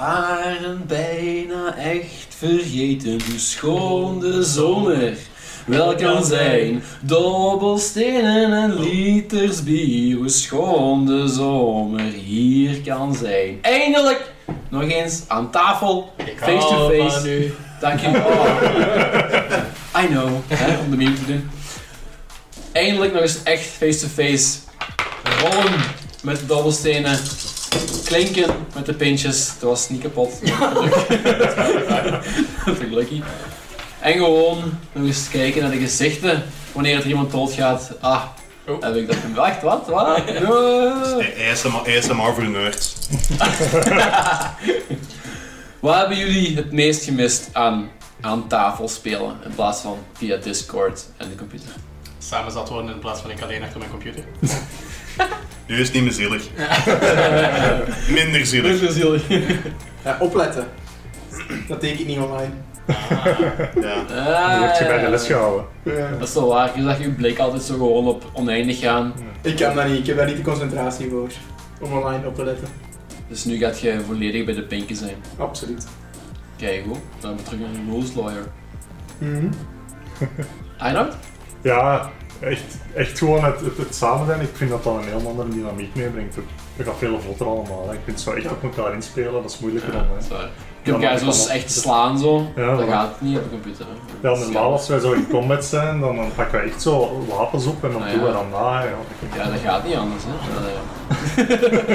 waren bijna echt vergeten hoe schoon de zomer wel kan zijn. Dobbelstenen en liters bier, hoe schoon de zomer hier kan zijn. Eindelijk nog eens aan tafel, face to face. Dank je. I know, om de meme te doen. Eindelijk nog eens echt face to face. Rollen met de dobbelstenen. Klinken met de pintjes. Het was niet kapot. Gelukkig. En gewoon nog eens kijken naar de gezichten wanneer er iemand doodgaat. Heb ik dat gewacht? Wat? ASMR voor nerds. Wat hebben jullie het meest gemist aan tafel spelen in plaats van via Discord en de computer? Samen zat worden in plaats van ik alleen achter mijn computer. Nu is het niet meer zielig. Minder zielig. Ja, opletten. Dat teken ik niet online. Ja. Die heb je bij de les gehouden. Ja. Dat is wel waar. Je zag je blik altijd zo gewoon op oneindig gaan. Ik kan dat niet. Ik heb daar niet de concentratie voor. Om online op te letten. Dus nu gaat je volledig bij de pinken zijn. Absoluut. Kijk goed, dan hebben we terug naar een rules lawyer. Mhm. Einoud? Ja, echt gewoon het samen zijn. Ik vind dat dat een heel andere dynamiek meebrengt. Het gaat veel vlotter allemaal. Hè. Je kunt zo echt op elkaar inspelen, dat is moeilijker dan. Dat is waar. Je kunt elkaar zo echt slaan zo, Ja, dat gaat niet op de computer. Hè. Ja, normaal als wij zo in combat zijn, dan pakken wij echt zo wapens op en dan doen we dan na. Ja, dat gaat niet anders. Hè.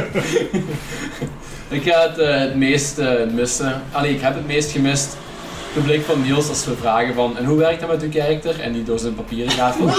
Ik ga het meest missen. Ik heb het meest gemist. De blik van Niels als we vragen van en hoe werkt dat met uw karakter? En die door zijn papieren gaat van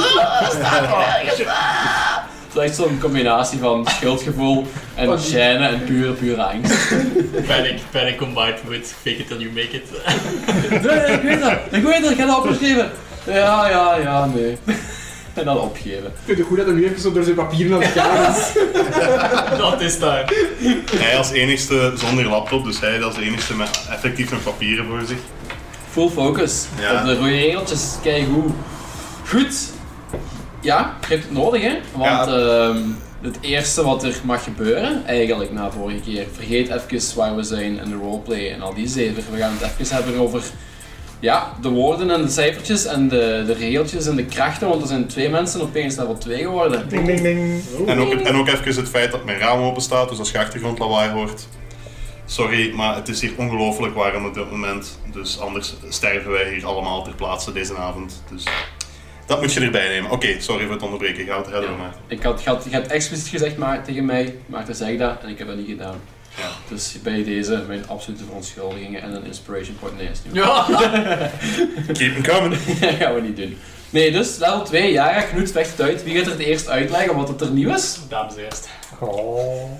het is echt zo'n combinatie van schuldgevoel en gêne en pure angst. Panic combined with fake it till you make it. Nee, ik weet dat, ik ga dat opgeschreven. Ja, nee. En dan opgeven. Ik vind het goed dat hij nu even zo door zijn papieren aan het gaan is. Dat is daar. Hij als enigste zonder laptop, dus hij als enigste met effectief een papieren voor zich. Full focus. Ja. Op de rode regeltjes, kijk hoe. Goed. Ja, je hebt het nodig hè. Want het eerste wat er mag gebeuren, eigenlijk na vorige keer, vergeet even waar we zijn en de roleplay en al die zeven. We gaan het even hebben over de woorden en de cijfertjes en de regeltjes en de krachten, want er zijn 2 mensen opeens level 2 geworden. Ding ding ding. En ook even het feit dat mijn raam open staat, dus als je achtergrondlawaai hoort. Sorry, maar het is hier ongelooflijk warm op dit moment, dus anders sterven wij hier allemaal ter plaatse deze avond. Dus dat moet je erbij nemen. Oké, sorry voor het onderbreken, ga het redden maar. Je had expliciet gezegd tegen mij, Maarten zeg dat, en ik heb dat niet gedaan. Ja. Dus bij deze mijn absolute verontschuldigingen en een inspiration point. Nee, is niet. Ja. Keep them coming. Dat gaan we niet doen. Nee, dus level 2, Jara, Knut vecht het uit. Wie gaat er het eerst uitleggen wat het er nieuw is? Dames eerst. Oh.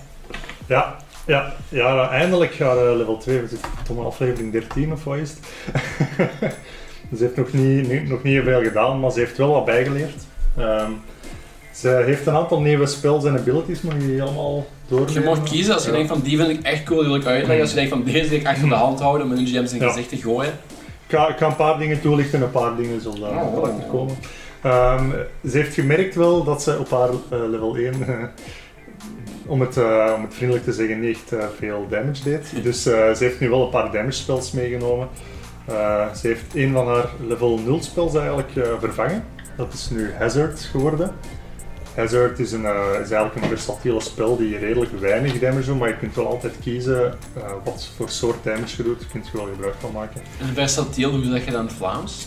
Ja, eindelijk gaat level 2, we zitten op aflevering 13 of wat is het? Ze heeft nog niet veel gedaan, maar ze heeft wel wat bijgeleerd. Ze heeft een aantal nieuwe spells en abilities, mag je die allemaal doornemen? Je mag kiezen als je denkt van die vind ik echt cool, die wil ik uitleggen. Als je denkt van deze wil ik achter de hand houden om een GM zijn gezicht te gooien. Ik ga een paar dingen toelichten en een paar dingen zullen erachter komen. Ze heeft gemerkt wel dat ze op haar level 1, om het vriendelijk te zeggen, niet echt veel damage deed. Dus ze heeft nu wel een paar damage spells meegenomen. Ze heeft een van haar level 0 spells eigenlijk vervangen. Dat is nu Hazard geworden. Hazard is eigenlijk een versatiele spel die redelijk weinig damage doet, maar je kunt wel altijd kiezen wat voor soort damage je doet. Daar kun je wel gebruik van maken. En versatiel, hoe zeg je dat in het Vlaams?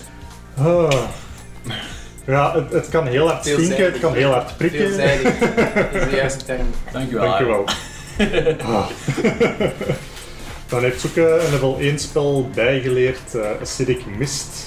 Ja, het kan heel hard stinken, het kan heel hard prikken. Veelzijdig, dat is de juiste term. Dankjewel. Dan heeft ze ook een level 1 spel bijgeleerd, Acidic Mist.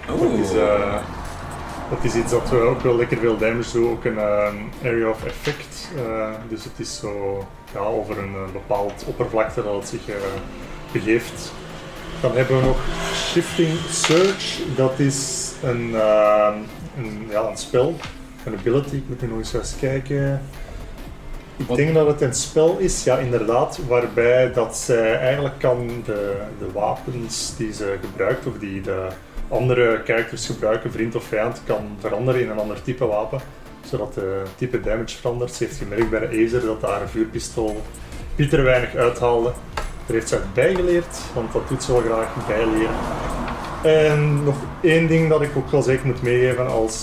Dat is iets dat ook wel lekker veel damage doet, ook een area of effect. Dus het is zo over een bepaald oppervlakte dat het zich begeeft. Dan hebben we nog Shifting Surge, dat is een spel, een ability, ik moet nu nog eens juist kijken. Ik denk dat het een spel is, ja inderdaad, waarbij dat zij eigenlijk kan de wapens die ze gebruikt of die de andere characters gebruiken, vriend of vijand, kan veranderen in een ander type wapen, zodat de type damage verandert. Ze heeft gemerkt bij de Acer dat haar vuurpistool Pieter weinig uithaalde. Daar heeft ze uit bijgeleerd, want dat doet ze wel graag, bijleren. En nog één ding dat ik ook wel zeker moet meegeven als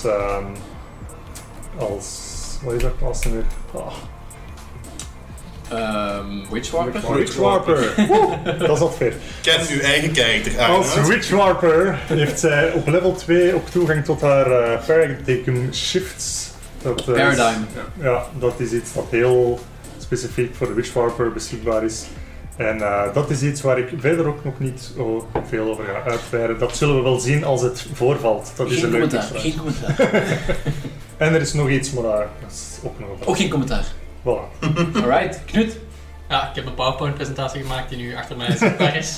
wat is dat klas nu? Witchwarper? Witchwarper. Dat is al ver. Ken uw eigen karakter. Als Witchwarper heeft zij op level 2 ook toegang tot haar Paradigm Shifts. Paradigm. Ja, dat is iets dat heel specifiek voor de Witchwarper beschikbaar is. En dat is iets waar ik verder ook nog niet veel over ga uitweiden. Dat zullen we wel zien als het voorvalt. Dat is Geen een leuke commentaar, geen commentaar. En er is nog iets, maar dat is ook nog wat. Ook geen commentaar. Voilà. Alright, Knut. Ja, ik heb een PowerPoint-presentatie gemaakt die nu achter mij zichtbaar is.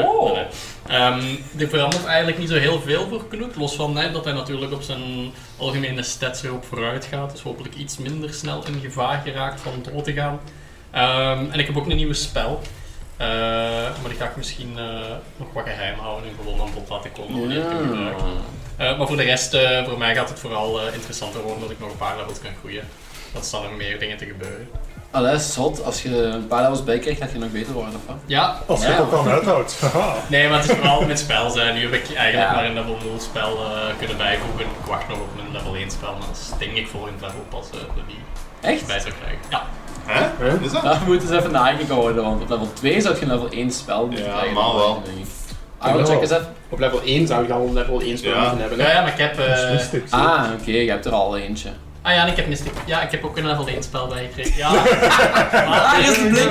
Er verandert eigenlijk niet zo heel veel voor Knut, los van dat hij natuurlijk op zijn algemene stats erop vooruit gaat, dus hopelijk iets minder snel in gevaar geraakt van dood te gaan. En ik heb ook een nieuwe spel, maar die ga ik misschien nog wat geheim houden en gewoon aan bod laten komen wanneer ik hem gebruik. Maar voor de rest, voor mij gaat het vooral interessanter worden dat ik nog een paar levels kan groeien. Dat staan nog meer dingen te gebeuren. Dat is zot. Als je een paar levels bij krijgt, gaat je nog beter worden, of wat? Ja. Als je dat dan uithoudt. Nee, maar het is vooral met spel zijn. Nu heb ik eigenlijk maar een level 0 spel kunnen bijvoegen. Ik wacht nog op een level 1 spel, maar dat is denk ik volgend level pas die Echt? bij zou krijgen. Ja. Hè? Is dat? Dat moet eens even nagekomen worden, want op level 2 zou je een level 1 spel moeten Ja, krijgen. maar wel. Check eens even. Op level 1 zou je al een level 1 spel moeten hebben. Ja, maar ik heb... Oké, je hebt er al eentje. Ah ja, en ik heb Mystic. Ja, ik heb ook een level 1 spel bijgekregen. Ja. Hier is de blik!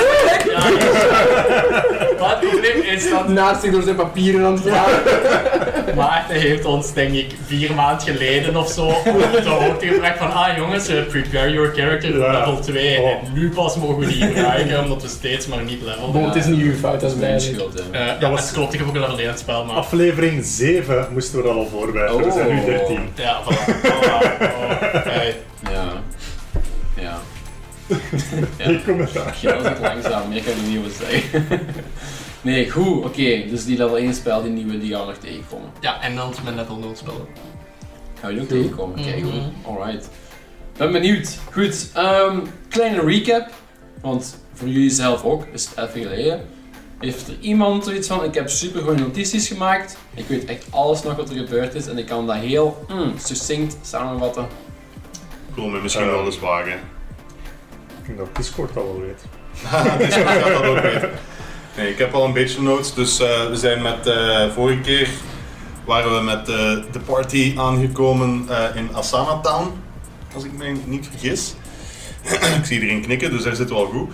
Maar het probleem is dat Naast zich door zijn papieren aan het gaan. Maarten heeft ons denk ik 4 maanden geleden of zo op de hoogte gebracht van jongens, prepare your character voor level 2 en nu pas mogen we die gebruiken omdat we steeds maar niet level. Bon, het is niet uw fout, dat is Mijn mijn schuld, hè. Ja, het klopt, ik heb ook een level 1 spel, maar... Aflevering 7 moesten we er al voorbij. We zijn nu 13. Ja, voilà. Hey. Ja. Ja. Geen commentaar. Ja, dat is ook langzaam, meer kan ik niet over zeggen. Nee, goed, oké. Dus die level 1 spel, die nieuwe, die gaan we nog tegenkomen. Ja, en dan is mijn level 0 spellen. Gaan we die ook tegenkomen? Kijk, goed. Alright. Ben benieuwd. Goed, kleine recap. Want voor jullie zelf ook, is het even geleden. Heeft er iemand zoiets van, ik heb super goede notities gemaakt. Ik weet echt alles nog wat er gebeurd is en ik kan dat heel succinct samenvatten. Ik wil me misschien wel eens wagen. Ik denk dat Discord dat wel weet. Discord gaat dat ook weten. Nee, ik heb al een beetje notes, dus we zijn met vorige keer waren we met de party aangekomen in Asana Town, als ik me niet vergis. Ik zie iedereen knikken, dus daar zitten we al goed.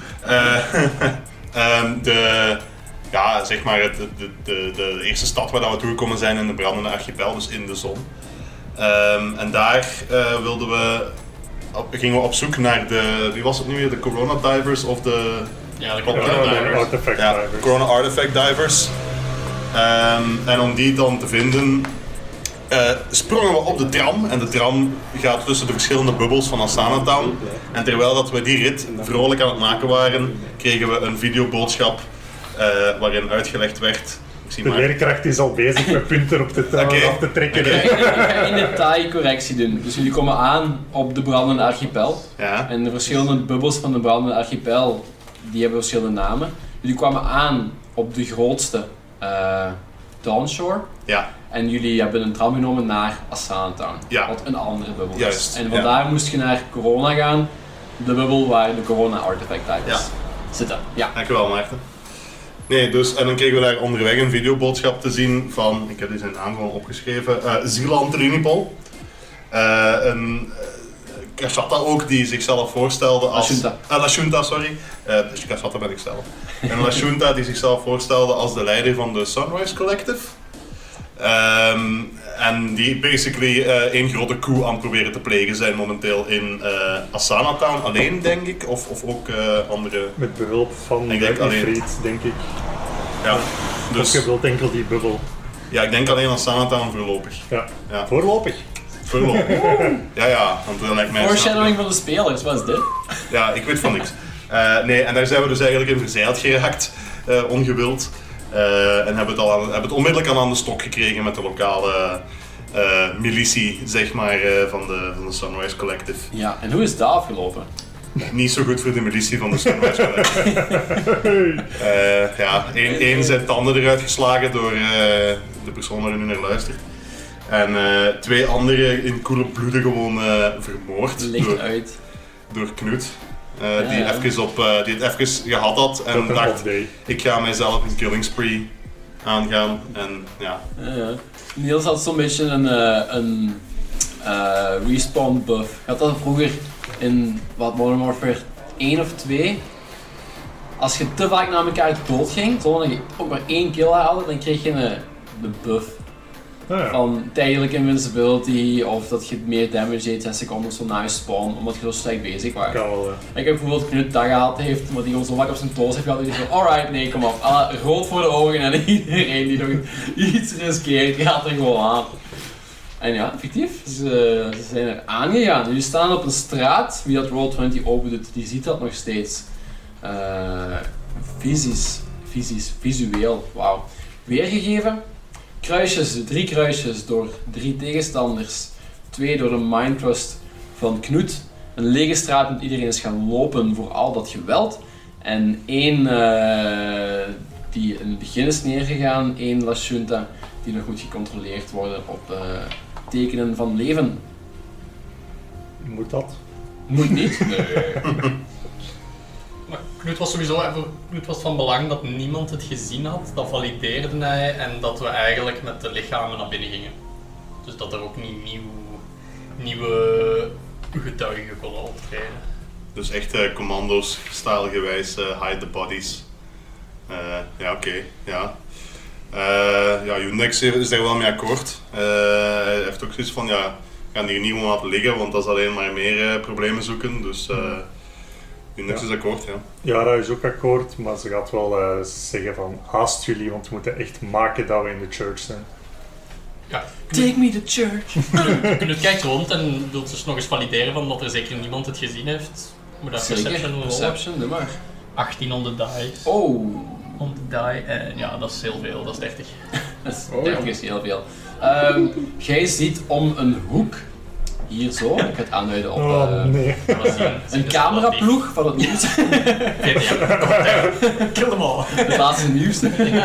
Zeg maar de eerste stad waar we toegekomen zijn in de brandende archipel, dus in de zon. En daar gingen we op zoek naar wie was het nu weer, de Corona Divers of de... Ja, de Artifact ja, Divers. Corona Artifact Divers. En om die dan te vinden, sprongen we op de tram. En de tram gaat tussen de verschillende bubbels van Asana Town. En terwijl dat we die rit vrolijk aan het maken waren, kregen we een videoboodschap waarin uitgelegd werd... De leerkracht is al bezig met punten op de touw af te trekken. Ik ga in detail correctie doen. Dus jullie komen aan op de brandende archipel. Ja. En de verschillende bubbels van de brandende archipel, die hebben verschillende namen. Jullie kwamen aan op de grootste, Dawnshore. Ja. En jullie hebben een tram genomen naar Asana Town, Ja. wat een andere bubbel is. Juist, En vandaar moest je naar Corona gaan, de bubbel waar de Corona Artifact Divers zitten. Ja. Dankjewel, Maarten. Nee, dus, en dan kregen we daar onderweg een videoboodschap te zien van, ik heb die zijn naam gewoon opgeschreven, Zilan Trinipol. Een Kashata ook, die zichzelf voorstelde als... Lashunta. Lashunta, sorry. Dus Kashata ben ik zelf. En Lashunta die zichzelf voorstelde als de leider van de Sunrise Collective. En die basically één grote coup aan het proberen te plegen zijn momenteel in Asana Town alleen, denk ik. Of ook andere... Met behulp van Fried, denk ik. Ja, dus... Of je wilt enkel die bubbel. Ja, ik denk alleen Asana Town voorlopig. Ja. Ja. Voorlopig. Voorlopig. Ja, want dan lijkt mij... Foreshadowing van de spelers, wat is dit? Ja, ik weet van niks. Nee, en daar zijn we dus eigenlijk in verzeild geraakt, ongewild. En hebben het onmiddellijk aan de stok gekregen met de lokale militie, zeg maar, van de Sunrise Collective. Ja, en hoe is dat afgelopen? niet zo goed voor de militie van de Stonematch. Eén zijn tanden eruit geslagen door de persoon waar u nu naar luistert. En 2 anderen in koele bloeden gewoon vermoord. Licht uit. Door Knut. Die het even gehad had en dacht, ik ga mijzelf een killing spree aangaan. En ja. Niels had zo'n beetje een respawn buff. Je had dat vroeger in Modern Warfare 1 of 2. Als je te vaak naar elkaar doodging, zonder dat je ook maar 1 kill haalde, dan kreeg je de buff. Van tijdelijke invincibility of dat je meer damage deed 6 seconden zo na je spawn, omdat je zo slecht bezig was. Ik heb bijvoorbeeld Knut dat gehad heeft, maar die gewoon zo vaak op zijn toes heeft gehad, die zo, alright, nee, kom op, rood voor de ogen en iedereen die nog iets riskeert, gaat er gewoon aan. En ja, effectief, ze zijn er aangegaan. Jullie staan op een straat, wie dat Roll20 open doet, die ziet dat nog steeds. Visueel, wauw. Weergegeven. Kruisjes, 3 kruisjes door 3 tegenstanders. 2 door de Mind Trust van Knut. Een lege straat met iedereen is gaan lopen voor al dat geweld. En 1 die in het begin is neergegaan. 1 La Junta die nog moet gecontroleerd worden op tekenen van leven. Moet dat? Moet niet? Nee. Maar Knut was sowieso Knut was van belang dat niemand het gezien had, dat valideerde hij en dat we eigenlijk met de lichamen naar binnen gingen. Dus dat er ook niet nieuwe getuigen konden optreden. Dus echt commando's, stijlgewijs, hide the bodies. Ja, oké. Ja. Unix is daar wel mee akkoord. Hij heeft ook zoiets van, ja, we gaan hier niet gewoon laten liggen, want dat is alleen maar meer problemen zoeken. Dus Unix is akkoord, ja. Ja, dat is ook akkoord, maar ze gaat wel zeggen van, haast jullie, want we moeten echt maken dat we in de church zijn. Ja, Take me to church. Knut kijkt rond en wil dus nog eens valideren van dat er zeker niemand het gezien heeft. Moet dat Perception, doe maar. 18 on the die. Oh. On the die, en ja, dat is heel veel, dat is 30. Dat is heel veel. Jij ziet om een hoek, hier zo, ik ga het aanduiden op een cameraploeg van het nieuws. Kill them all. Het laatste nieuws.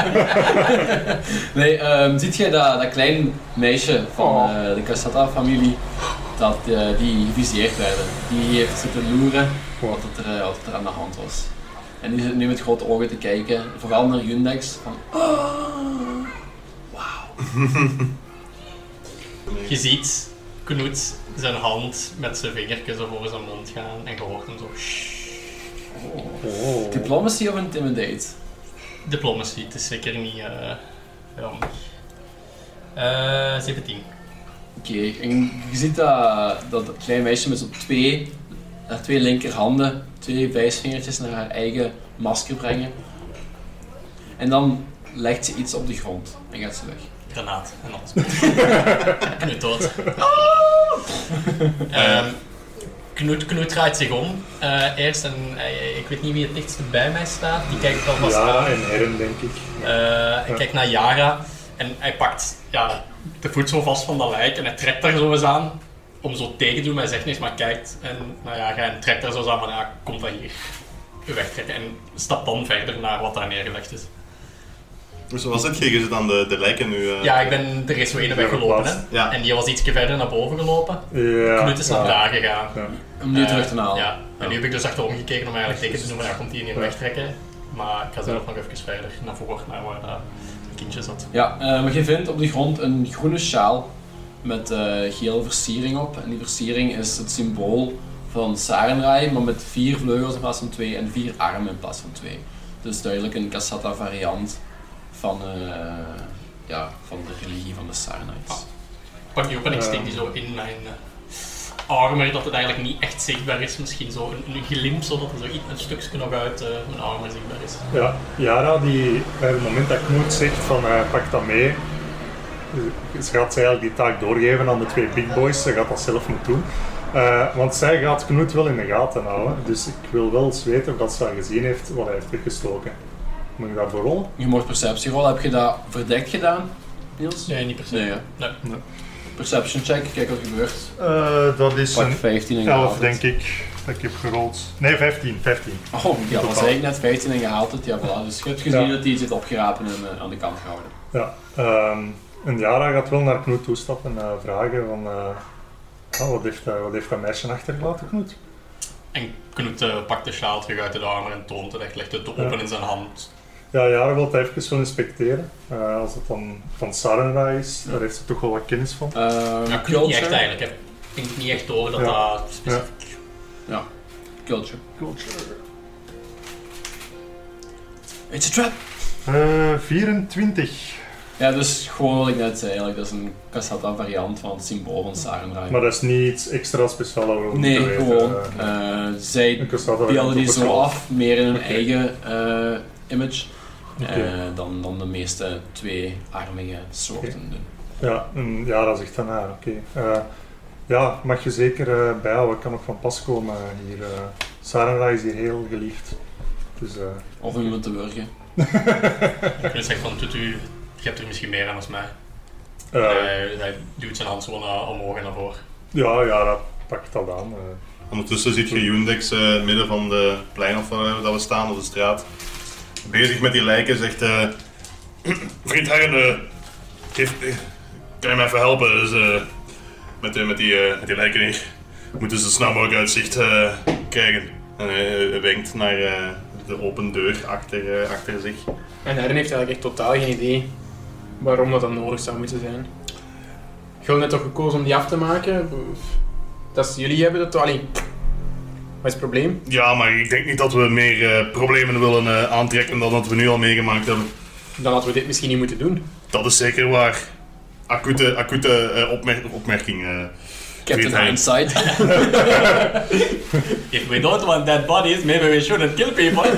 Nee, ziet jij dat klein meisje van de Cassata-familie, dat die geviseerd werden. Die heeft zitten loeren wat er aan de hand was. En die zit nu met grote ogen te kijken, vooral naar Yundex. Van, wauw. Je ziet Knut zijn hand met zijn vingertjes voor zijn mond gaan en je hoort hem zo. Diplomacy of intimidate? Diplomacy, het is zeker niet handig. 17. Oké, en je ziet dat klein meisje met zo'n haar 2 linkerhanden, 2 wijsvingertjes naar haar eigen masker brengen. En dan legt ze iets op de grond en gaat ze weg. Granaat en alles. Knut dood. Knut draait zich om eerst en ik weet niet wie het dichtst bij mij staat. Die kijkt alvast aan. Yara en Herren, denk ik. Hij kijkt naar Yara en hij pakt de voet zo vast van dat lijk en hij trekt daar zo eens aan om zo tegen te doen, maar hij zegt niks, maar kijkt en hij trekt daar zo eens aan van komt dat hier wegtrekken en stapt dan verder naar wat daar neergelegd is. Dus wat zit je? Je zit aan de lijken nu? Ja, ik ben er is zo ene weggelopen hè? Ja. En die was iets verder naar boven gelopen. Ja. Knut is naar daar gegaan. Ja. Om die terug te halen. Ja. En nu heb ik dus achterom gekeken om eigenlijk teken te doen, maar komt die niet wegtrekken. Maar ik ga zelf nog even verder naar voren, naar waar dat kindje zat. Ja, maar je vindt op de grond een groene sjaal met gele versiering op. En die versiering is het symbool van Sarenraai, maar met 4 vleugels in plaats van 2 en 4 armen in plaats van 2. Dus duidelijk een Cassata variant van de religie van de Sarenites. Ik pak die op en ik steek die zo in mijn armor, dat het eigenlijk niet echt zichtbaar is. Misschien zo een glimp, zodat er zo een stukje nog uit mijn armor zichtbaar is. Ja, Yara, die bij het moment dat Knut zegt van pak dat mee, ze gaat eigenlijk die taak doorgeven aan de 2 big boys, ze gaat dat zelf moeten doen. Want zij gaat Knut wel in de gaten houden, dus ik wil wel eens weten of dat ze al gezien heeft wat hij heeft weggestoken. Moet ik daarvoor rollen? Je mocht perceptierol, heb je dat verdekt gedaan, Niels? Nee, niet per se. Nee, ja. Nee. Perception check, kijk wat er gebeurt. Dat is Pak een 15 en 11 gehaald het. denk ik, dat ik heb gerold. Nee, 15. Oh, ja, dat zei ik net, 15 en gehaald het. Ja, voilà. Dus je hebt gezien dat hij iets heeft opgerapen en aan de kant gehouden. Ja, en Yara gaat wel naar Knoet toestappen en vragen van... wat heeft dat meisje achtergelaten, Knoet? En Knut pakt de sjaal terug uit de armen en toont het echt, legt het open in zijn hand. Ja, Yara wil het even wel inspecteren. Als het dan van Sarenra is, daar heeft ze toch wel wat kennis van. Ja, Knut niet echt eigenlijk. Ik denk niet echt door dat dat specifiek... Ja, culture. It's a trap! 24. Ja, dus gewoon wat ik net zei eigenlijk, dat is een Cassata variant van het symbool van Sarenraai. Maar dat is niet iets extra speciaal dat we Nee, moeten gewoon. weten. Zij Een Cassata beelden variant die op zo het af, meer in hun Oké. eigen image, Oké. dan de meeste tweearmige soorten doen. Ja, en Yara zegt dan, oké. Ja, mag je zeker bijhouden, kan nog van pas komen hier. Sarenra is hier heel geliefd. Dus, Of om iemand te wurgen. Knut zegt van, je hebt er misschien meer aan als mij. Hij duwt zijn hand zo omhoog en naar voren. ja, Yara pakt dat aan. Ondertussen ziet je Yundex in het midden van de plein of dat we staan, of de straat. Bezig met die lijken, zegt... Vriend Herren, kan je mij even helpen? Dus, met die lijken hier. Moeten ze snel mogelijk uitzicht krijgen. En hij wenkt naar de open deur achter zich. En Herren heeft eigenlijk echt totaal geen idee waarom dat dan nodig zou moeten zijn. Jullie net toch gekozen om die af te maken? Dat is, jullie hebben dat toch... Allee, wat is het probleem? Ja, maar ik denk niet dat we meer problemen willen aantrekken dan dat we nu al meegemaakt hebben. Dan hadden we dit misschien niet moeten doen. Dat is zeker waar. Acute opmerking. Captain Herren. Hindsight. If we don't want dead bodies, maybe we shouldn't kill people.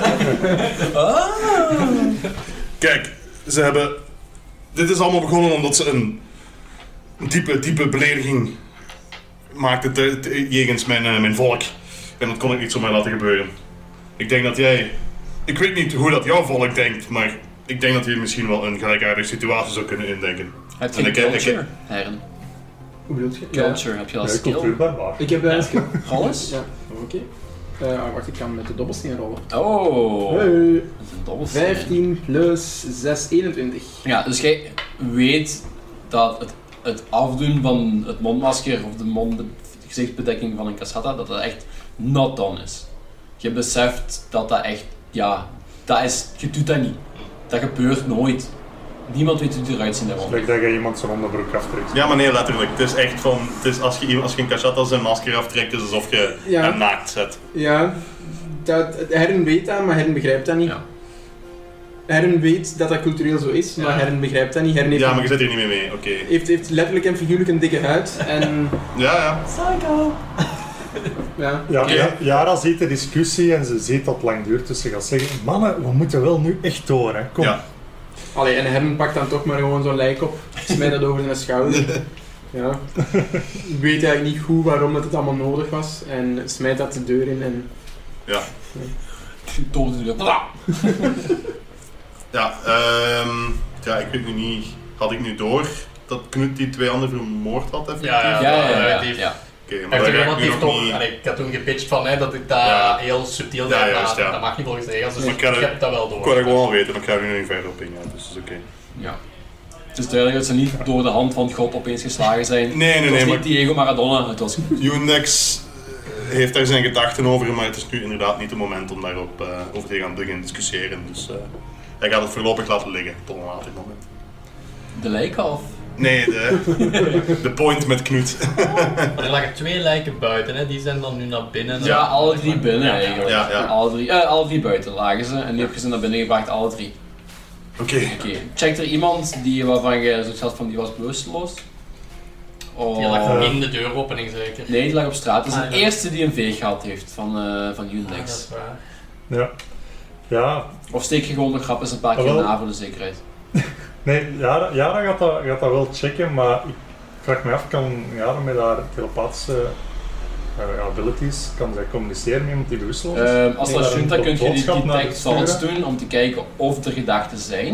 Kijk, ze hebben... Dit is allemaal begonnen omdat ze een diepe belediging maakten jegens mijn volk. En dat kon ik niet zomaar laten gebeuren. Ik denk dat jij... Ik weet niet hoe dat jouw volk denkt, maar ik denk dat je misschien wel een gelijkaardige situatie zou kunnen indenken. Heb En je ik- culture, Herren? Hoe bedoel je? Culture, heb je als skill? Cultuurbarbaar. Ik heb daar een skill. Alles? Ja, oké. Wacht, ik kan met de dobbelsteen rollen. Oh, Hey. dat is een dobbelsteen. 15 plus 6, 21. Ja, dus jij weet dat het afdoen van het mondmasker of de gezichtsbedekking van een cassata, dat echt not done is. Je beseft dat echt, ja, je doet dat niet. Dat gebeurt nooit. Niemand weet hoe het eruit ziet daarom. Gelijk dat je iemand zijn onderbroek aftrekt. Ja, maar nee, letterlijk. Het is echt van... Het is als je een cachata zijn masker aftrekt, is het alsof je Ja. hem naakt zet. Ja, Herren weet dat, maar Herren begrijpt dat niet. Ja. Herren weet dat dat cultureel zo is, maar Herren begrijpt dat niet. Herren heeft, Ja, maar je zit hier niet meer mee, oké. heeft letterlijk en figuurlijk een dikke huid en... Ja. Ja. Ja, Oké. Yara ziet de discussie en ze ziet dat het lang duurt, dus ze gaat zeggen, mannen, we moeten wel nu echt door, hè. Kom. Ja. Allee, en Herren pakt dan toch maar gewoon zo'n lijk op, smijt dat over zijn schouder. Ja. Weet eigenlijk niet goed waarom dat het allemaal nodig was en smijt dat de deur in en... Ja. Door de deur. Ja, ik weet nu niet... Had ik nu door dat Knut die twee anderen vermoord had, effectief? Ja. Ja. Oké, Hij maar heeft daar er ga ik nu relatief nog toch... niet... Allee, ik had toen gepitcht van dat ik dat Ja. heel subtiel Ja, deed, juist, maar ja. dat mag niet volgens de regels, dus Maar ik ik kan heb dat wel door. Ik wou dat gewoon al weten, maar ik ga er nu niet verder op ingaan, dus dat is oké. Ja. Het is duidelijk dat ze niet door de hand van God opeens geslagen zijn. Nee, Het was maar niet Diego Maradona, het was... Undex heeft daar zijn gedachten over, maar het is nu inderdaad niet het moment om daarop over te gaan beginnen discussiëren. Dus hij gaat het voorlopig laten liggen, tot een later moment. De lijken of? Nee, de point met Knut. Maar er lagen 2 lijken buiten, hè. Die zijn dan nu naar binnen. Ja, alle 3 binnen eigenlijk. Ja. Alle drie buiten lagen ze en nu heb je ze naar binnen gebracht, alle 3. Oké. Oké. Checkt er iemand waarvan je zoiets had van die was bewusteloos? Die lag in de deuropening zeker. Nee, die lag op straat. Dat is de Ah, ja. eerste die een veeg gehad heeft van Ah, dat Undex. is waar. Ja. Ja. Of steek je gewoon de grap eens een paar keer Wel. na voor de zekerheid. Nee, Yara gaat dat wel checken, maar ik vraag me af, kan Yara met haar telepathische abilities, kan zij communiceren met iemand die bewusteloos is? Als Nee, dat daar junta een kun je die boodschap naar detect thoughts sturen. doen om te kijken of er gedachten zijn.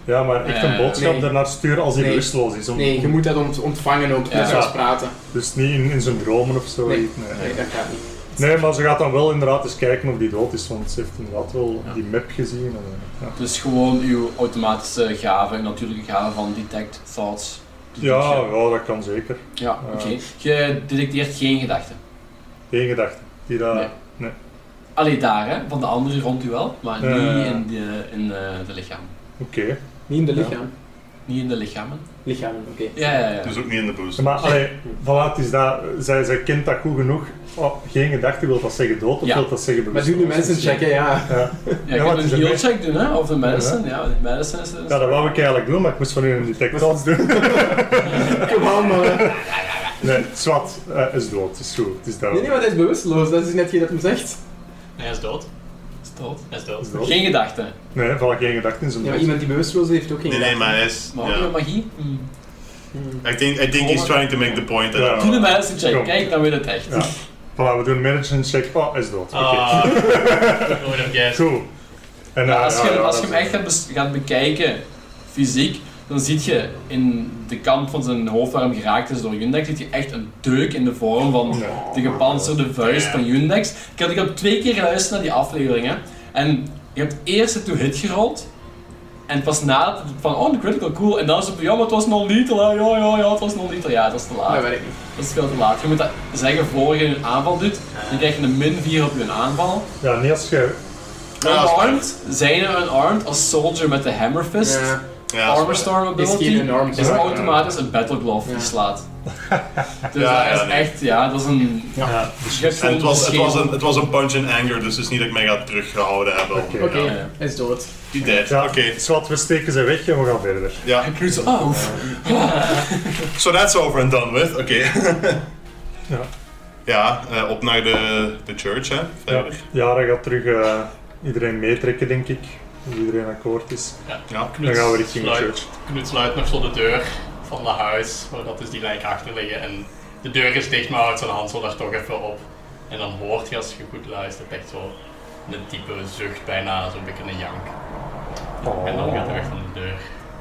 Ja, maar echt een boodschap Nee. daarnaar sturen als hij Nee. bewusteloos is. Nee, je moet dat ontvangen ook, net Ja. zoals praten. Dus niet in zijn dromen of zo. Nee. Nee. Nee, dat gaat niet. Nee, maar ze gaat dan wel inderdaad eens kijken of die dood is, want ze heeft inderdaad wel Ja. die map gezien. En, ja. Dus gewoon uw automatische gave, natuurlijke gave van detect thoughts. Ja, dat kan zeker. Ja, oké. Je detecteert geen gedachten. Geen gedachte. Die dat... Nee. Allee, daar hè, van de anderen rond u wel, maar niet in de lichamen. Oké. Niet in de Ja. lichaam. Niet in de lichamen. Lichamen, oké. Ja. Dus ook niet in de boost. Maar allee, voilà, het is dat, zij kent dat goed genoeg. Oh, geen gedachte, wil dat zeggen dood of Ja. wil dat zeggen Maar bewust? doe de mensen checken, ja. Ja. Ja, je wat kunt is een er heal check doen hè, of de medicine. Ja. Ja, de medicine is Ja, dat wou ik eigenlijk doen, maar ik moest van u een detect thoughts doen. Kom aan, man. Nee, zwart, is dood, het is goed, het is Nee, duidelijk. maar hij is bewusteloos, dat is net geen dat hem zegt. Nee, hij is dood. Is dood. Hij is dood. Is dood. Geen gedachten. Nee, er vallen geen gedachten in zijn Ja, maar dood. iemand die bewusteloos is, heeft ook geen Nee, gedachten. maar hij is... Maar ook Ja. met magie? I think he's trying to make the point that... Ja. Doe de medicine check, Kom. kijk, dan weet het echt. Ja. Voilà, we doen een management check. Oh, hij is dood. Oké. Ah, nooit hem guess. Goed. En, Ja, als je dat hem is- echt gaat bekijken, fysiek, dan zie je in de kant van zijn hoofd waar hem geraakt is door Yundex, zie je echt een deuk in de vorm van Ja. de gepantserde vuist van Yundex. Ik heb 2 keer geluisterd naar die afleveringen en je hebt eerst het to-hit gerold. En pas na van, oh, de critical, cool. En dan is het van, ja, maar het was non-lethal, hè. Ja, het was non-lethal. Ja, dat is te laat. Dat weet ik niet. Dat is veel te laat. Je moet dat zeggen voor je een aanval doet. Dan krijg je een -4 op je aanval. Ja, niet als je... Ja, dat is Unarmed, zijn er unarmed als soldier met de hammer fist. Ja, Ja, dat is Armor Storm is ability geen unarmed. is Ja. automatisch een battle glove die Ja. slaat. Dus Ja, dat is nee. echt, ja, dat is een... Ja. Je hebt En het was zo'n een punch in anger, dus het is niet dat ik mij ga teruggehouden hebben. Oké. Oké, Ja. hij is dood. Die dead. Ja, Oké. zwart, we steken ze weg en we gaan verder. Ja. En Knut zo, oh. So that's over and done with. Oké. Ja. Ja, op naar de church, hè. Ja, Verder. Jara gaat terug iedereen meetrekken, denk ik. Als iedereen akkoord is. Ja. Dan gaan we richting de sluit, church. Knut sluit nog zo de deur van het huis, waar dat dus die lijk achter liggen. En de deur is dicht, maar houdt zijn hand zo daar toch even op. En dan hoort je, als je goed luistert, echt zo een diepe zucht, bijna zo'n beetje een jank. En dan gaat hij weg van de deur.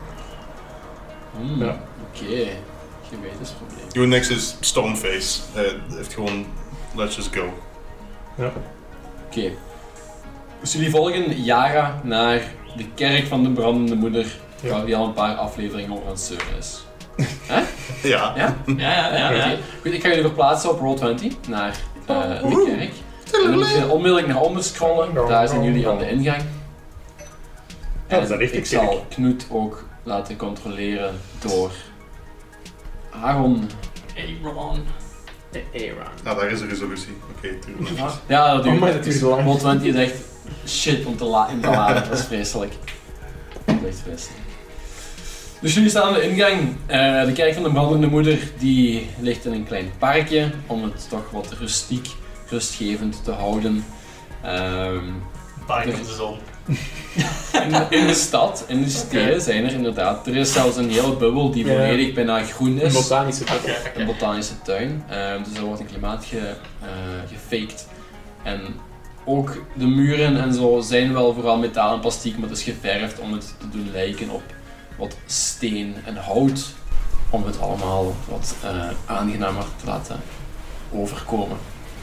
Ja. Oké. Gewetensprobleem. Unix is stoneface. Heeft gewoon, let's just go. Oké. Dus jullie volgen Yara naar de kerk van de brandende moeder, Ja. waar die al een paar afleveringen over aan het zeuren is. Ja. Ja? Ja, Oké. Goed, ik ga jullie verplaatsen op Roll20 naar de kerk. En dan moet je onmiddellijk naar onder scrollen, daar zijn jullie aan de ingang. Ja, dat is En een echte ik zal Knut ook laten controleren door Aaron. Hey Ron. Aaron. Ja, daar is de resolutie. Oké, tuurlijk. Ja, dat duurt. Oh, maar dat duurt lang. Roll20 is echt shit om te laden, dat is vreselijk. Dat is echt vreselijk. Dus jullie staan aan de ingang. De kerk van de brandende moeder die ligt in een klein parkje om het toch wat rustiek, rustgevend te houden. Park op de zon. In de stad, in de steden zijn er inderdaad. Er is zelfs een hele bubbel die Ja. volledig bijna groen Een is. botanische tuin. Een botanische tuin. Dus er wordt een klimaat gefaked. En ook de muren en zo zijn wel vooral metaal en plastiek, maar het is geverfd om het te doen lijken op wat steen en hout. Om het allemaal wat aangenamer te laten overkomen.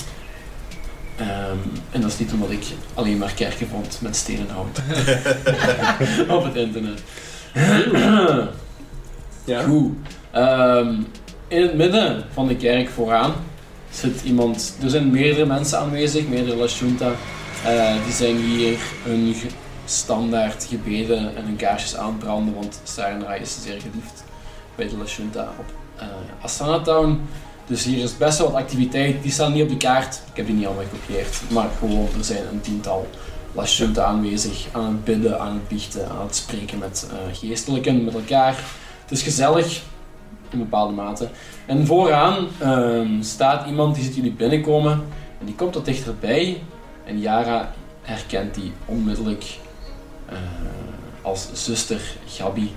En dat is niet omdat ik alleen maar kerken vond met steen en hout. Op het internet. Ja. Goed. In het midden van de kerk vooraan zit iemand. Er zijn meerdere mensen aanwezig, meerdere La Junta. Die zijn hier hun standaard gebeden en hun kaarsjes aanbranden, want Sarenrae is zeer geliefd bij de La Junta op Asana Town. Dus hier is best wel wat activiteit. Die staan niet op de kaart. Ik heb die niet allemaal gekopieerd. Maar gewoon, er zijn een tiental La Junta aanwezig aan het bidden, aan het biechten, aan het spreken met geestelijken, met elkaar. Het is gezellig, in bepaalde mate. En vooraan staat iemand die ziet jullie binnenkomen. En die komt wat dichterbij. En Yara herkent die onmiddellijk als zuster Gabi.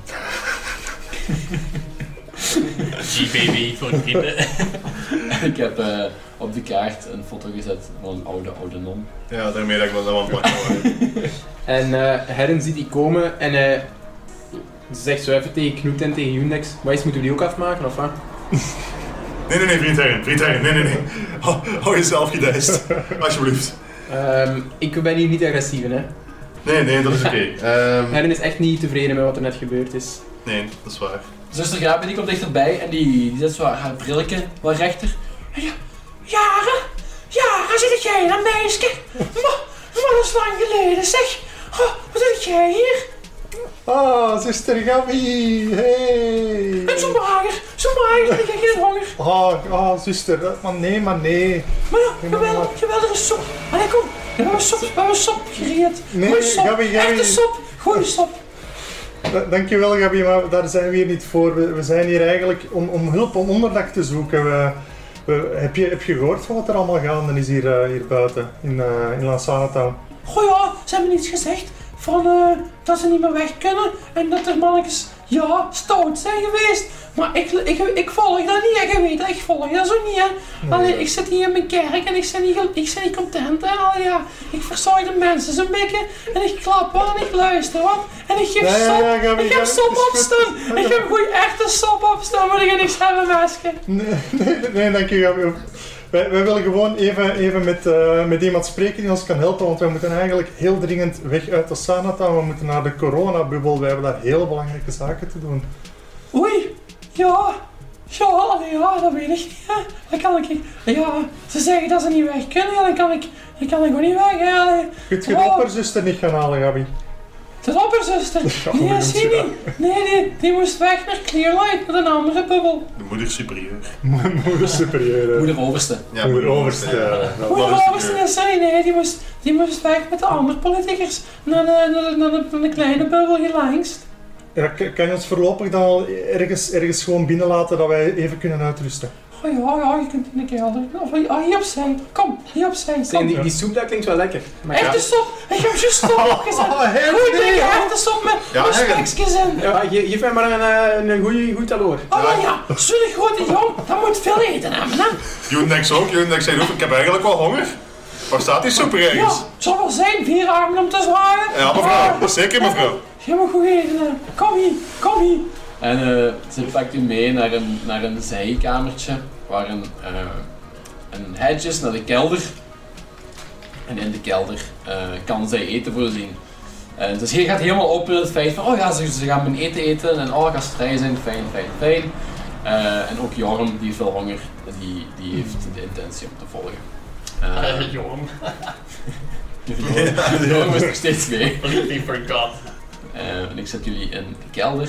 G-baby voor de vrienden. Ik heb op de kaart een foto gezet van een oude non. Ja, daarmee dat ik wel aan het plakken was. En Herren ziet die komen en hij Ze zegt zo even tegen Knoet en tegen Yundex. Wat is, moeten we die ook afmaken of wat? Nee, vriend Herren, nee. Hou jezelf gedijst, alsjeblieft. Ik ben hier niet agressief, hè. Nee, dat is oké. Herren is echt niet tevreden met wat er net gebeurd is. Nee, dat is waar. Zuster Gabi die komt dichterbij en die zet zo haar brilletje wat rechter. Jaren zit jij dan, meisje? Wat is lang geleden, zeg. Wat doe jij hier? Ah, zuster Gabi, hey! En zo mager, heb ik geen honger. Ah, zuster, maar nee. Maar ja, jawel, er is sop. Allee, kom, we hebben sop gereed. Nee, Goeie sop, Gabi. echte sop, goeie sop. Dankjewel Gabi, maar daar zijn we hier niet voor. We zijn hier eigenlijk om hulp, om onderdak te zoeken. Heb je gehoord van wat er allemaal gaande is hier buiten, in Lansana Town? Goh ja, ze hebben iets gezegd van dat ze niet meer weg kunnen en dat er mannetjes, stout zijn geweest. Maar ik volg dat niet, hè, je weet dat, ik volg dat zo niet, hè. Nee. Allee, ik zit hier in mijn kerk en ik ben niet content, hè. Allee, ja. Ik verzorg de mensen zo'n beetje en ik klap wat en ik luister wat en ik geef sop. Gabi, Ik heb sop opstaan. Ik heb goeie echte sop opstaan, maar ik ga niks hebben, meisje. Nee, dank je Gabi. Wij willen gewoon even met iemand spreken die ons kan helpen, want wij moeten eigenlijk heel dringend weg uit de Sanatown. We moeten naar de coronabubbel, wij hebben daar heel belangrijke zaken te doen. Oei, ja, dat weet ik niet, hè. Dan kan ik, ze zeggen dat ze niet weg kunnen, dan kan ik gewoon niet weg, hè. Allee. Kunt je de opperzuster niet gaan halen, Gabi? De opperzuster? Nee, zie je niet. Nee, die moest weg naar Clearlight, naar een andere bubbel. De moeder superieur. Moeder superieur. Moeder overste. Ja, Moeder overste, ja. Moeder overste, nee, die moest weg met de andere politicus naar de kleine bubbel hier langs. Ja, kan je ons voorlopig dan al ergens gewoon binnenlaten dat wij even kunnen uitrusten? Oh ja, je kunt in de kelder. Of hier opzij. Kom, hier opzij. Zeg, die soep dat klinkt wel lekker. Maar Echte sop! Ik heb juist sop opgezet. Goed dikke echte sop met spekjes in. Ja, geef mij maar een goed taloor. Oh ja, zo'n grote jong, dat moet veel eten hebben, hè? Yundex zei ook, ik heb eigenlijk wel honger. Waar staat die soep ergens? Ja, het zal wel zijn, 4 armen om te zwaaien. Ja, mevrouw, zeker mevrouw. Je moet goed eten, hè. Kom hier. En ze pakt u mee naar een zijkamertje, waar een hedge is naar de kelder. En in de kelder kan zij eten voorzien. Dus hier gaat helemaal op in het feit van, ze gaan mijn eten eten en gastvrij zijn, fijn. En ook Jorm, die heeft veel honger, die heeft de intentie om te volgen. Jorm. Jorm is nog steeds mee. Completely forgot. En ik zet jullie in de kelder.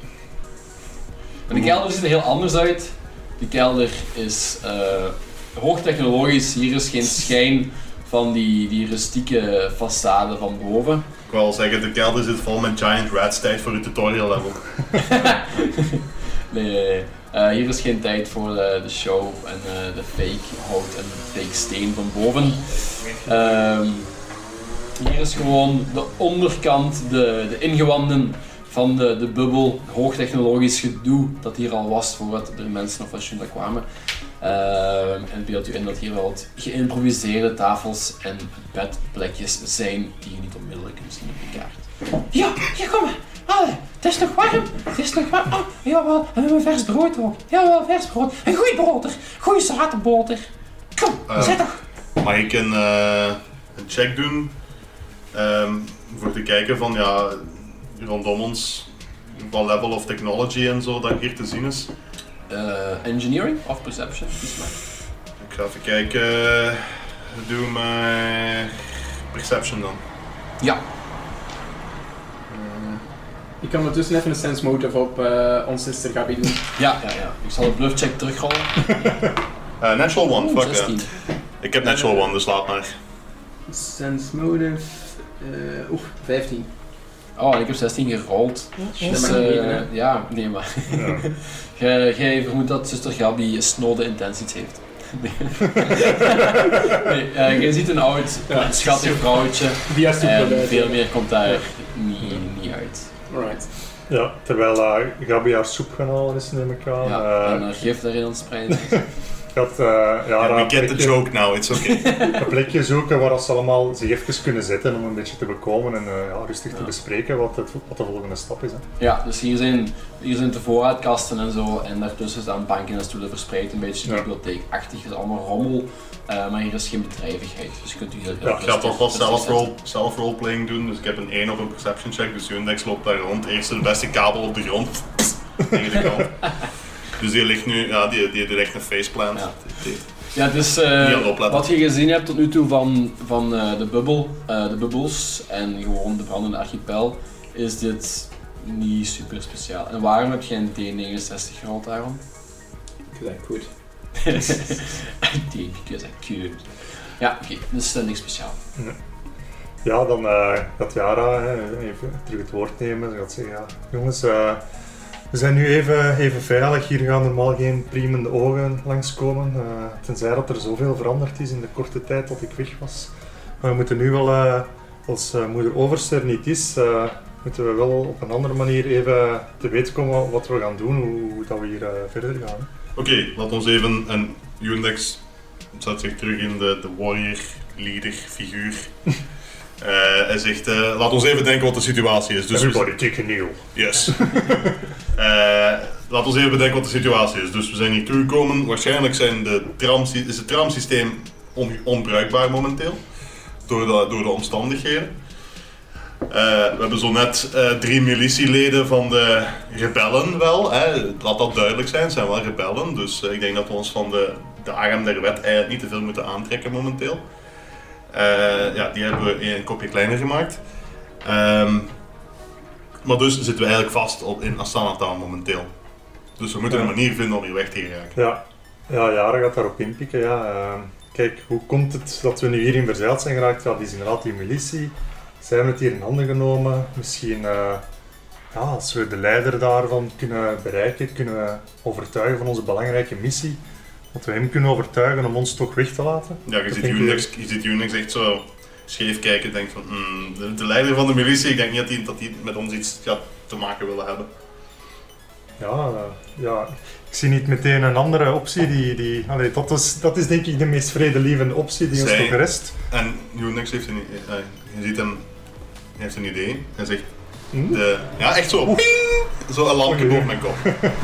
En de kelder ziet er heel anders uit. De kelder is hoogtechnologisch, hier is geen schijn van die rustieke façade van boven. Ik wil zeggen, de kelder zit vol met giant rats, tijd voor uw tutorial level. Nee. Hier is geen tijd voor de show en de fake hout en de fake steen van boven. Hier is gewoon de onderkant, de ingewanden van de bubbel, hoogtechnologisch gedoe dat hier al was voordat er mensen of Ashunda kwamen. En beeld u in dat hier wel wat geïmproviseerde tafels en bedplekjes zijn die je niet onmiddellijk kunt zien op de kaart. Ja, hier kom maar. Allee, het is nog warm. Oh, jawel, en we hebben vers brood ook. Jawel, vers brood. En goeie boter. Goeie zatenboter. Kom, zet toch. Mag ik een check doen? Voor te kijken van, rondom ons, wat level of technology en zo dat hier te zien is. Engineering of perception? Ik ga even kijken. Doe mijn perception dan. Ja. Ik kan ondertussen even een sense motive op ons sister Gabi doen. Ja. Ik zal de bluff check terugrollen. Natural 1, fuck 16. Ik heb natural 1, dus laat maar. Sense motive... 15. Oh, en ik heb 16 gerold. Dus, nee maar. Ja. Jij vermoedt dat zuster Gabi snode intenties heeft. Nee, je ziet een oud, schattig vrouwtje. En veel meer komt daar niet uit. Alright. Ja, terwijl Gabi haar soep gaan halen is, neem ik aan. Ja, en er gif daarin ontspreiden. had We get the joke now, it's okay. een plekje zoeken waar ze allemaal zich even kunnen zetten om een beetje te bekomen en rustig te bespreken wat de volgende stap is. Hè. Ja, dus hier zijn de voorraadkasten en zo en daartussen staan banken en stoelen verspreid, een beetje bibliotheekachtig, het is allemaal rommel, maar hier is geen bedrijvigheid, dus je kunt hier Ik ga toch wel self-roleplaying doen, dus ik heb een 1 op een perception check, dus Undex loopt daar rond, eerst de beste kabel op de grond, tegen de kant. Dus die ligt nu, die doet echt een faceplant. Ja, dus wat je gezien hebt tot nu toe van de bubbels en gewoon de brandende archipel, is dit niet super speciaal. En waarom heb je een D69 gerold daarom? Because I could. I did, because I could. Ja, oké, dus niks speciaal. Nee. Ja, dan gaat Yara even terug het woord nemen. Ze gaat zeggen, ja, jongens, we zijn nu even veilig. Hier gaan normaal geen priemende ogen langskomen. Tenzij dat er zoveel veranderd is in de korte tijd dat ik weg was. Maar we moeten nu wel, als moeder Overste er niet is, moeten we wel op een andere manier even te weten komen wat we gaan doen, hoe dat we hier verder gaan. Oké, laat ons even, en Undex zet zich terug in de warrior, leader, figuur. Hij zegt, laat ons even denken wat de situatie is. Dus Everybody take a kneel. Yes. Laat ons even bedenken wat de situatie is. Dus we zijn hier toegekomen. Waarschijnlijk is het tramsysteem onbruikbaar momenteel. Door de omstandigheden. We hebben zo net 3 militieleden van de rebellen wel. Laat dat duidelijk zijn, het zijn wel rebellen. Dus ik denk dat we ons van de arm der wet eigenlijk niet te veel moeten aantrekken momenteel. Die hebben we een kopje kleiner gemaakt. Maar dus zitten we eigenlijk vast in Astana Town momenteel. Dus we moeten een manier vinden om hier weg te geraken. Ja, Yara gaat daarop inpikken. Ja. Kijk, hoe komt het dat we nu hier in verzeild zijn geraakt? Ja, die is inderdaad die militie. Zij hebben het hier in handen genomen. Misschien, als we de leider daarvan kunnen bereiken, kunnen we overtuigen van onze belangrijke missie. Dat we hem kunnen overtuigen om ons toch weg te laten. Ja, je ziet Unix echt zo scheef kijken en denkt van, de leider van de militie, ik denk niet dat die met ons iets te maken willen hebben. Ja, ik zie niet meteen een andere optie. Dat is denk ik de meest vredelievende optie die ons toch rest. En Unix heeft je ziet hem, hij heeft een idee. Hij zegt, echt zo, ping, zo een lampje boven mijn kop.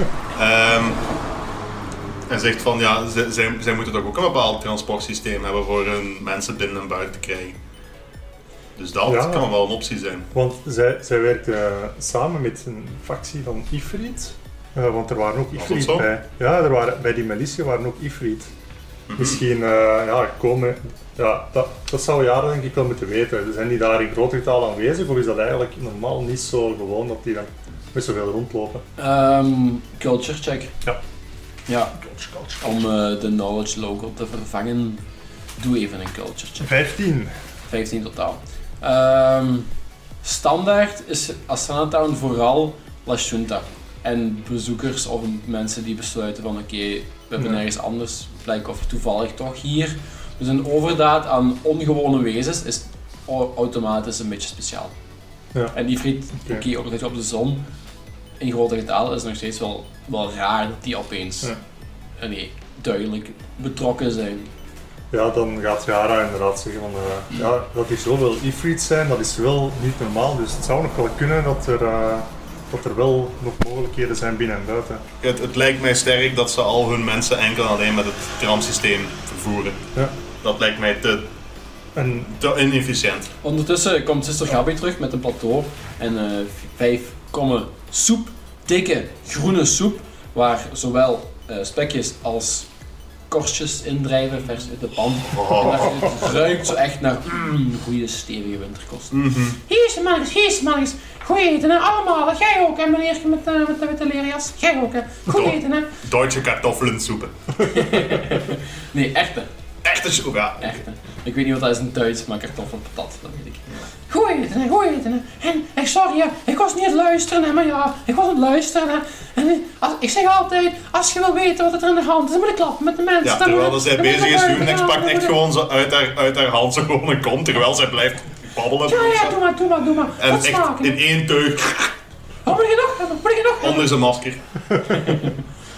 Hij zegt van, zij moeten toch ook een bepaald transportsysteem hebben voor hun mensen binnen en buiten te krijgen. Dus dat kan wel een optie zijn. Want zij werkte samen met een factie van Ifrit. Want er waren ook Ifrit bij. Ja, bij die militie waren ook Ifrit. Misschien dat zou Yara denk ik wel moeten weten. Zijn die daar in groot getal aanwezig of is dat eigenlijk normaal niet zo gewoon dat die dan met zoveel rondlopen? Culture check. Ja, om de knowledge local te vervangen, doe even een culture check. 15 totaal. Standaard is Astana Town vooral La Junta. En bezoekers of mensen die besluiten van we hebben ergens anders, blijkbaar of toevallig toch hier. Dus een overdaad aan ongewone wezens is automatisch een beetje speciaal. Ja. En die vriend, ook op de zon, in grote getalen is nog steeds wel raar dat die opeens duidelijk betrokken zijn. Ja, dan gaat Yara inderdaad zeggen van dat er zoveel Ifrits zijn, dat is wel niet normaal. Dus het zou nog wel kunnen dat er wel nog mogelijkheden zijn binnen en buiten. Het lijkt mij sterk dat ze al hun mensen enkel alleen met het tramsysteem vervoeren. Ja. Dat lijkt mij te inefficiënt. Ondertussen komt Sister Gabi terug met een plateau en 5 kommen soep, dikke groene soep, waar zowel spekjes als korstjes indrijven, vers uit de pan. En het ruikt zo echt naar goede stevige winterkost. Hier is de mannetjes. Goed eten hè, allemaal. Jij ook hè, meneertje met de witte leerjas. Jij ook hè. Goed eten hè. Duitse kartoffelsoepen. Nee, echte. Echte soep, ja. Echte. Ik weet niet wat dat is in Duits, maar kartoffelpatat, dat weet ik. Goed eten hè. En sorry hè, ik was niet aan het luisteren hè, maar ja, ik was aan het luisteren hè. En ik zeg altijd, als je wil weten wat er aan de hand is, dan moet ik klappen met de mensen. Ja, terwijl zij bezig is, Unix pakt echt gewoon zo uit haar hand zo gewoon een kom, terwijl zij blijft babbelen. Ja, doe maar. En echt in één teug. Wat moet je nog hebben? Onder zijn masker.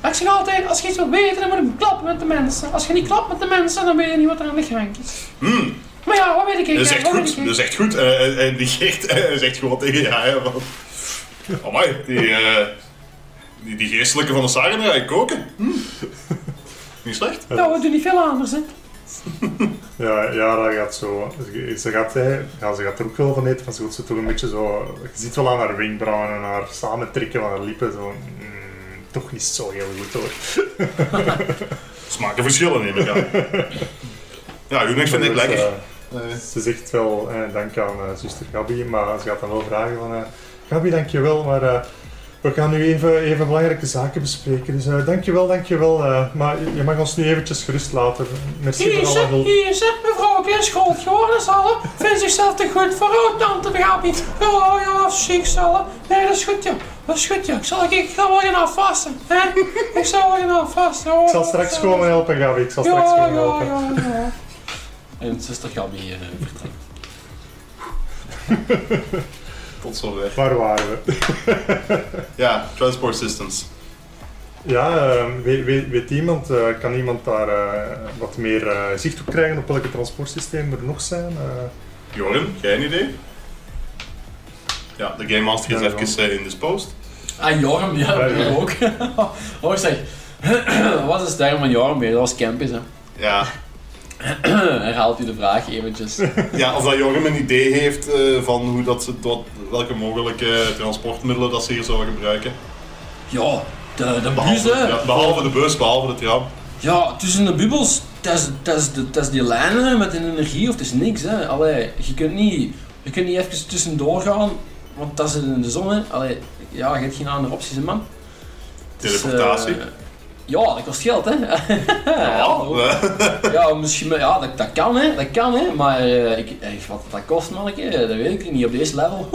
Ik zeg altijd, als je iets wilt weten, dan moet je klappen met de mensen. Als je niet klapt met de mensen, dan weet je niet wat er aan de gang is. Maar ja, wat weet ik? Dat is echt goed, dat is echt goed. En die Geert zegt gewoon tegen je van... Amai, die geestelijke van de Sarendraai koken. Niet slecht. Ja, we doen niet veel anders, hè. Ja, dat gaat zo. Ze gaat er ook wel van eten, van ze wordt ze toch een beetje zo... Je ziet wel aan haar wenkbrauwen en haar samentrekken van haar lippen, zo... toch niet zo heel goed hoor. Smaken verschillen neem ik aan. Ja, ik vind het lekker. Ze zegt wel dank aan zuster Gabi, maar ze gaat dan wel vragen van... Gabi, dankjewel, maar we gaan nu even belangrijke zaken bespreken. Dus dankjewel. Maar je mag ons nu eventjes gerust laten. Merci voor alle hulp. Hier is ze, mevrouw is groot geworden, zal vindt zichzelf te goed voor oud-tante Gabi. Ja, chic zal. Nee, dat is goed, ja. Dat is goed, ja. Ik zal wel gaan afwassen. Hè? Ik zal wel gaan afwassen. Ik zal straks komen helpen, Gabi. Ik zal straks komen helpen. Ja. En zuster Gabi vertrekt. Tot zover. Waar waren we? Ja, transport systems. Ja, weet iemand, kan iemand daar wat meer zicht op krijgen op welke transportsystemen er nog zijn? Joren, jij een idee? Ja, de Game Master is Ja, even indisposed. Ah, Jorm, ja, dat ben ik ook. Oh, zeg. Wat is de sterren van Jorm weer? Dat was campus, hè. Ja. Herhaalt u de vraag eventjes. Ja, of dat Jorm een idee heeft van hoe dat ze welke mogelijke transportmiddelen dat ze hier zouden gebruiken. Ja, de bus, hè. Ja, behalve de bus, behalve de tram. Ja, tussen de bubbels, dat is die lijnen met de energie of het is niks, hè. Allee, je kunt niet even tussendoor gaan, want dat is in de zon, hè. Allee, ja, je hebt geen andere opties, hè, man. Teleportatie. Ja, dat kost geld, hè. Ja. Ja, misschien, ja, dat kan, hè. Maar wat dat kost, manneke, dat weet ik niet op deze level.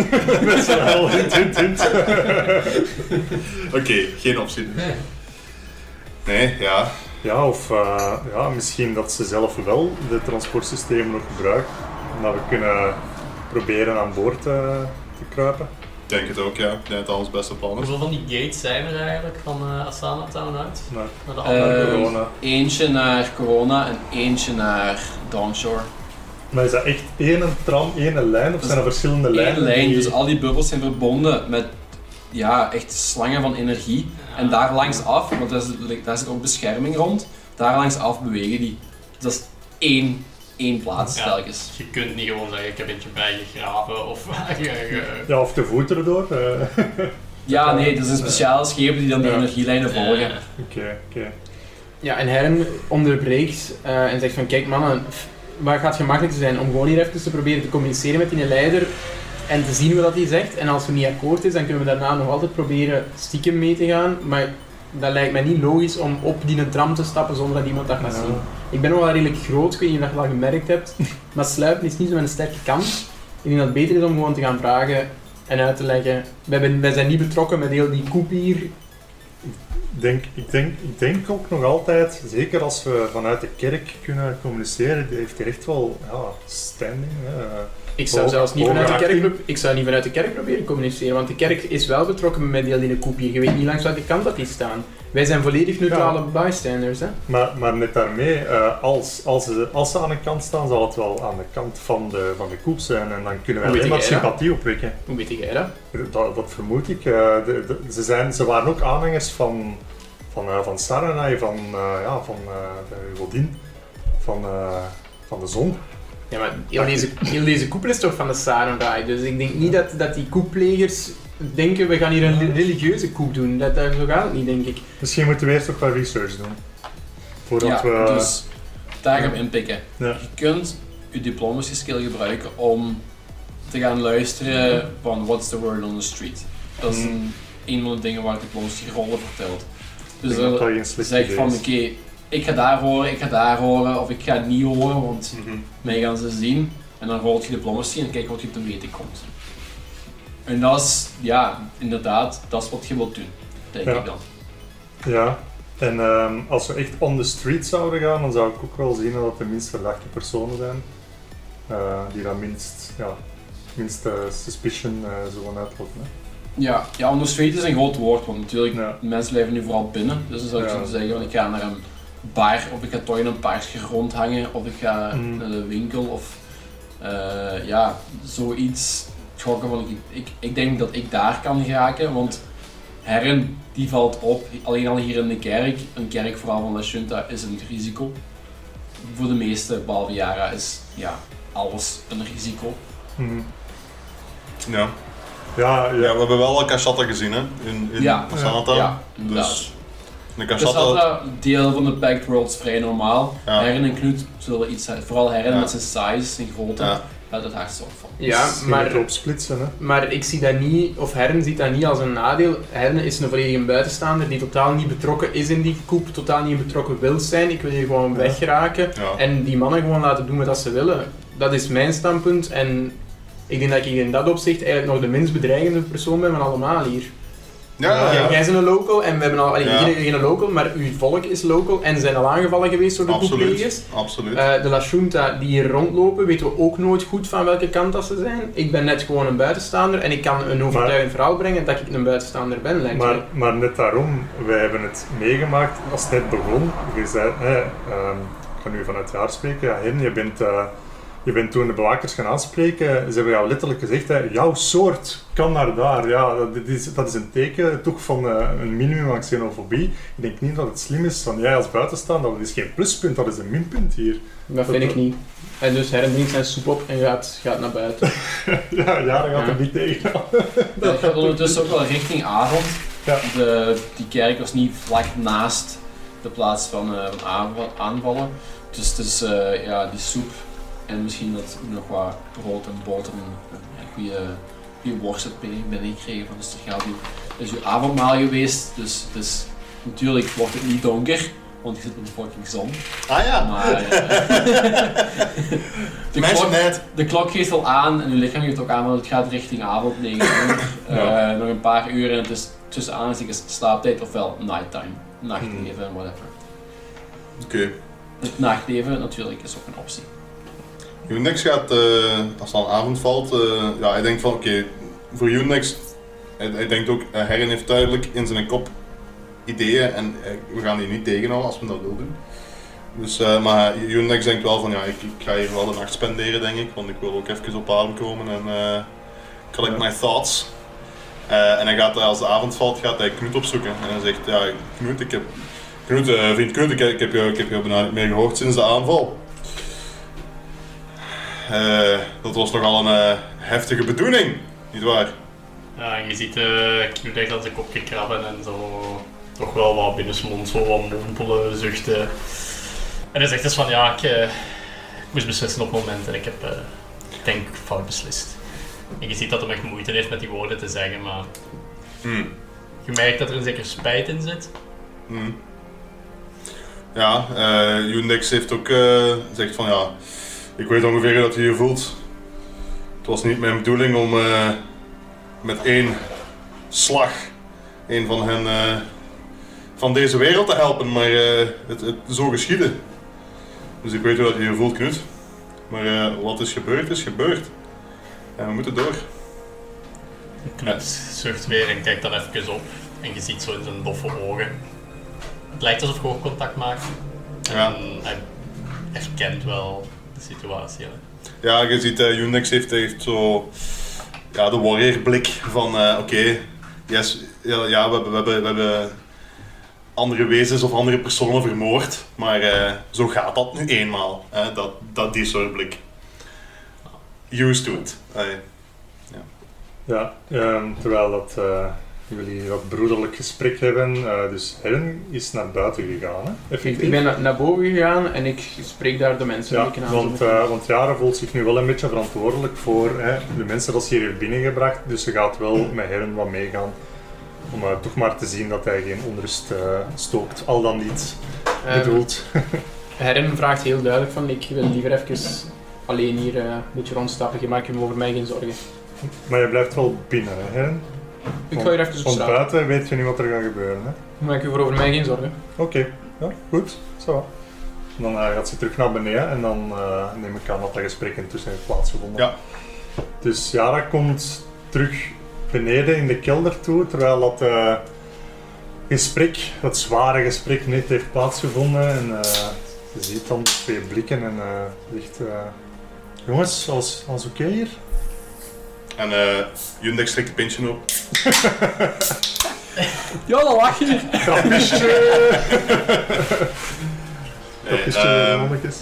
Oké, geen optie. Nee, ja. Ja, of misschien dat ze zelf wel de transportsystemen nog gebruiken. Dat we kunnen proberen aan boord te kruipen. Ik denk het ook, ja. Ik denk dat het al ons beste plan is. Hoeveel van die gates zijn er eigenlijk van Asana Town uit? Nee. Naar de andere Corona. Eentje naar Corona en eentje naar Dawnshore. Maar is dat echt één tram, één lijn, of zijn er verschillende lijnen? Eén lijn, die- dus al die bubbels zijn verbonden met echt slangen van energie. En daar langs af, want daar zit ook bescherming rond, daar langs af bewegen die. Dus dat is één plaats Ja. telkens. Je kunt niet gewoon zeggen, ik heb eentje bijgegraven of... Ja, of de voet erdoor. Ja, nee, er zijn speciale schepen die dan die Ja. energielijnen volgen. Oké. Ja, en Herren onderbreekt en zegt van kijk mannen, wat gaat gemakkelijker zijn om gewoon hier even te proberen te communiceren met die leider en te zien wat hij zegt. En als we niet akkoord is, dan kunnen we daarna nog altijd proberen stiekem mee te gaan. Maar dat lijkt mij niet logisch om op die tram te stappen zonder dat iemand dat gaat zien. Ik ben nog wel redelijk groot, ik weet niet of je dat gemerkt hebt, maar sluipen is niet zo mijn sterke kant. Ik denk dat het beter is om gewoon te gaan vragen en uit te leggen. Wij zijn niet betrokken met heel die koep hier. Ik denk ook nog altijd, zeker als we vanuit de kerk kunnen communiceren, heeft hij echt wel standing. Ik zou zelfs niet vanuit de kerk proberen communiceren, want de kerk is wel betrokken met heel die koep hier. Je weet niet langs welke kant dat die staan. Wij zijn volledig neutrale bystanders, hè. Maar net daarmee, als ze aan een kant staan, zal het wel aan de kant van de koep zijn en dan kunnen wij Hoe alleen maar weet jij dat? sympathie opwekken. Hoe weet jij dat? Dat vermoed ik. Ze waren ook aanhangers van Saranai, van de godin, van de zon. Ja, maar heel deze koepel is toch van de Sarenraai, dus ik denk niet dat die koeplegers denken we gaan hier een religieuze koep doen. Zo gaat het niet, denk ik. Misschien moeten we eerst ook wat research doen. Voordat we... Dus daar gaan we inpikken. Ja. Je kunt je diplomacy skill gebruiken om te gaan luisteren van what's the word on the street. Dat is een van de dingen waar diplomacy rollen vertelt. Dus Ik denk dat dat geen slecht zeg idee van is. oké, ik ga daar horen of ik ga het niet horen, want mij gaan ze zien. En dan rolt je diplomacy en kijk wat je te weten komt. En dat is, inderdaad, dat is wat je wilt doen, denk ik dan. Ja, en als we echt on the street zouden gaan, dan zou ik ook wel zien dat het de minst verdachte personen zijn. Die dan minst suspicion zullen uitlokken. Ja, onderscheid is een groot woord, want natuurlijk, Ja. mensen blijven nu vooral binnen. Dus dan zou ik Ja. zo zeggen, van, ik ga naar een bar, of ik ga toch in een parkje rondhangen, of ik ga naar de winkel, of zoiets gokken. Want ik denk dat ik daar kan geraken, want Herren, die valt op, alleen al hier in de kerk, een kerk vooral van La Junta, is een risico. Voor de meeste, behalve Yara, is alles een risico. Mhm. Ja. Ja, Ja, we hebben wel een cachata gezien, hè, in Sanata. Ja, inderdaad. Dus een Dus cachata... dat deel van de Packed World is vrij normaal. Ja. Herren en Knut zullen iets zijn, vooral Herren Ja. met zijn size, zijn grootte, Ja. gaat het hardst op van. Ja, dus je maar... moet opsplitsen, hè. Maar ik zie dat niet, of Herren ziet dat niet als een nadeel. Herren is een volledige buitenstaander die totaal niet betrokken is in die koep, totaal niet betrokken wil zijn. Ik wil hier gewoon weggeraken Ja. en die mannen gewoon laten doen wat ze willen. Dat is mijn standpunt en ik denk dat ik in dat opzicht eigenlijk nog de minst bedreigende persoon ben van allemaal hier. Ja. Jij bent een local en we hebben al, Ja. geen local, maar uw volk is local en zijn al aangevallen geweest door de koeplegers. Absoluut. De La Junta die hier rondlopen, weten we ook nooit goed van welke kant dat ze zijn. Ik ben net gewoon een buitenstaander en ik kan een overtuigend verhaal brengen dat ik een buitenstaander ben, lijkt mij. Maar net daarom, wij hebben het meegemaakt als het net begon. Je zei, ik ga nu van het jaar spreken, ja, Hen, je bent toen de bewakers gaan aanspreken. Ze hebben jou letterlijk gezegd, jouw soort kan naar daar. Ja, dat is een teken toch van een minimum aan xenofobie. Ik denk niet dat het slim is van jij als buitenstaander, dat is geen pluspunt, dat is een minpunt hier. Dat vind ik niet. En dus Herren drinkt zijn soep op en gaat naar buiten. Ja, dat gaat er niet tegen. Het gaat ondertussen ook wel richting avond. Ja. Die kerk was niet vlak naast de plaats van aanvallen. Dus het is die soep en misschien dat nog wat brood en boter en goede worst binnengekregen van de Stergaal. Het is uw avondmaal geweest, dus natuurlijk wordt het niet donker, want je zit in de fucking zon. Ah ja. Maar de klok geeft al aan en uw lichaam geeft ook aan, want het gaat richting avond, 9 uur. Nog een paar uur en het is tussen aanhalingstekens slaaptijd ofwel nighttime, nachtleven en whatever. Oké. Het nachtleven natuurlijk is ook een optie. Unix gaat, als het aan avond valt, hij denkt van oké, voor Unix, hij denkt ook, Herren heeft duidelijk in zijn kop ideeën en we gaan die niet tegenhouden als we dat willen doen. Dus, maar Unix denkt wel van ja, ik ga hier wel de nacht spenderen denk ik, want ik wil ook even op adem komen en collect my thoughts. En hij gaat, als de avond valt, gaat hij Knut opzoeken en hij zegt ja, vriend Knut, ik heb jou bijna niet meer gehoord sinds de aanval. Dat was nogal een heftige bedoeling, nietwaar? Ja, en je ziet Knut echt aan zijn kopje krabben en zo toch wel wat binnensmonds, zo wat mompelen, zuchten. En hij zegt dus van ja, ik moest beslissen op het moment en ik heb denk fout beslist. En je ziet dat hij echt moeite heeft met die woorden te zeggen, maar je merkt dat er een zeker spijt in zit. Ja, Unix heeft ook gezegd van ja, ik weet ongeveer hoe dat je je voelt. Het was niet mijn bedoeling om met één slag een van hen van deze wereld te helpen, maar het zo geschieden. Dus ik weet hoe dat je je voelt, Knut. Maar wat is gebeurd. En we moeten door. Knut zucht weer en kijkt dan even op en je ziet zo in zijn doffe ogen. Het lijkt alsof je oogcontact maakt. En Ja. hij herkent wel de situatie. Hè. Ja, je ziet Unix heeft zo ja, de warrior-blik van oké, yes, ja, we hebben andere wezens of andere personen vermoord, maar zo gaat dat nu eenmaal, dat die soort blik. Used to it. Ja, terwijl dat jullie dat broederlijk gesprek hebben, dus Herren is naar buiten gegaan, hè? Effectief. Ik ben naar boven gegaan en ik spreek daar de mensen Ja, die ik aan want Yara voelt zich nu wel een beetje verantwoordelijk voor de mensen dat ze hier heeft binnengebracht, dus ze gaat wel met Herren wat meegaan. Om toch maar te zien dat hij geen onrust stookt, al dan niet bedoeld. Herren vraagt heel duidelijk van ik wil liever even alleen hier een beetje rondstappen, je maakt je over mij geen zorgen. Maar je blijft wel binnen, hè, Herren? Ik ga hier even op Want straat. buiten weet je niet wat er gaat gebeuren, hè? Maak je over mij geen zorgen. Oké, ja, goed, zo. Dan gaat ze terug naar beneden en dan neem ik aan dat dat gesprek intussen heeft plaatsgevonden. Ja. Dus Yara komt terug beneden in de kelder toe, terwijl dat gesprek, dat zware gesprek net heeft plaatsgevonden. En je ziet dan 2 blikken en zegt, jongens, alles oké hier? En Yundex trekt een pintje op. Ja, dan lach je. Kapistje, mannetjes.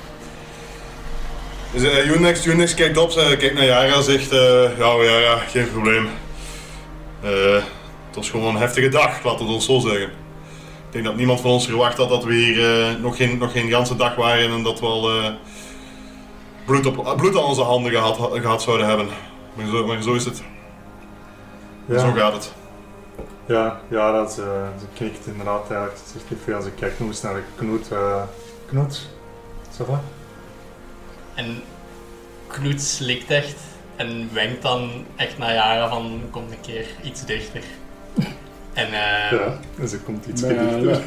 Dus Yundex kijkt op, kijkt naar Yara en zegt, ja, geen probleem. Het was gewoon een heftige dag, laten we het ons zo zeggen. Ik denk dat niemand van ons verwacht had dat we hier nog geen ganse dag waren en dat we al bloed aan onze handen gehad zouden hebben. Maar zo is het. Ja. Zo gaat het. Ja, dat ze knikt inderdaad eigenlijk. Ze zegt niet veel en ze kijkt nog eens naar de Knoet. Ça va? En Knoet slikt echt en wenkt dan echt naar Yara van kom een keer iets dichter. En Ja, en ze komt iets dichter.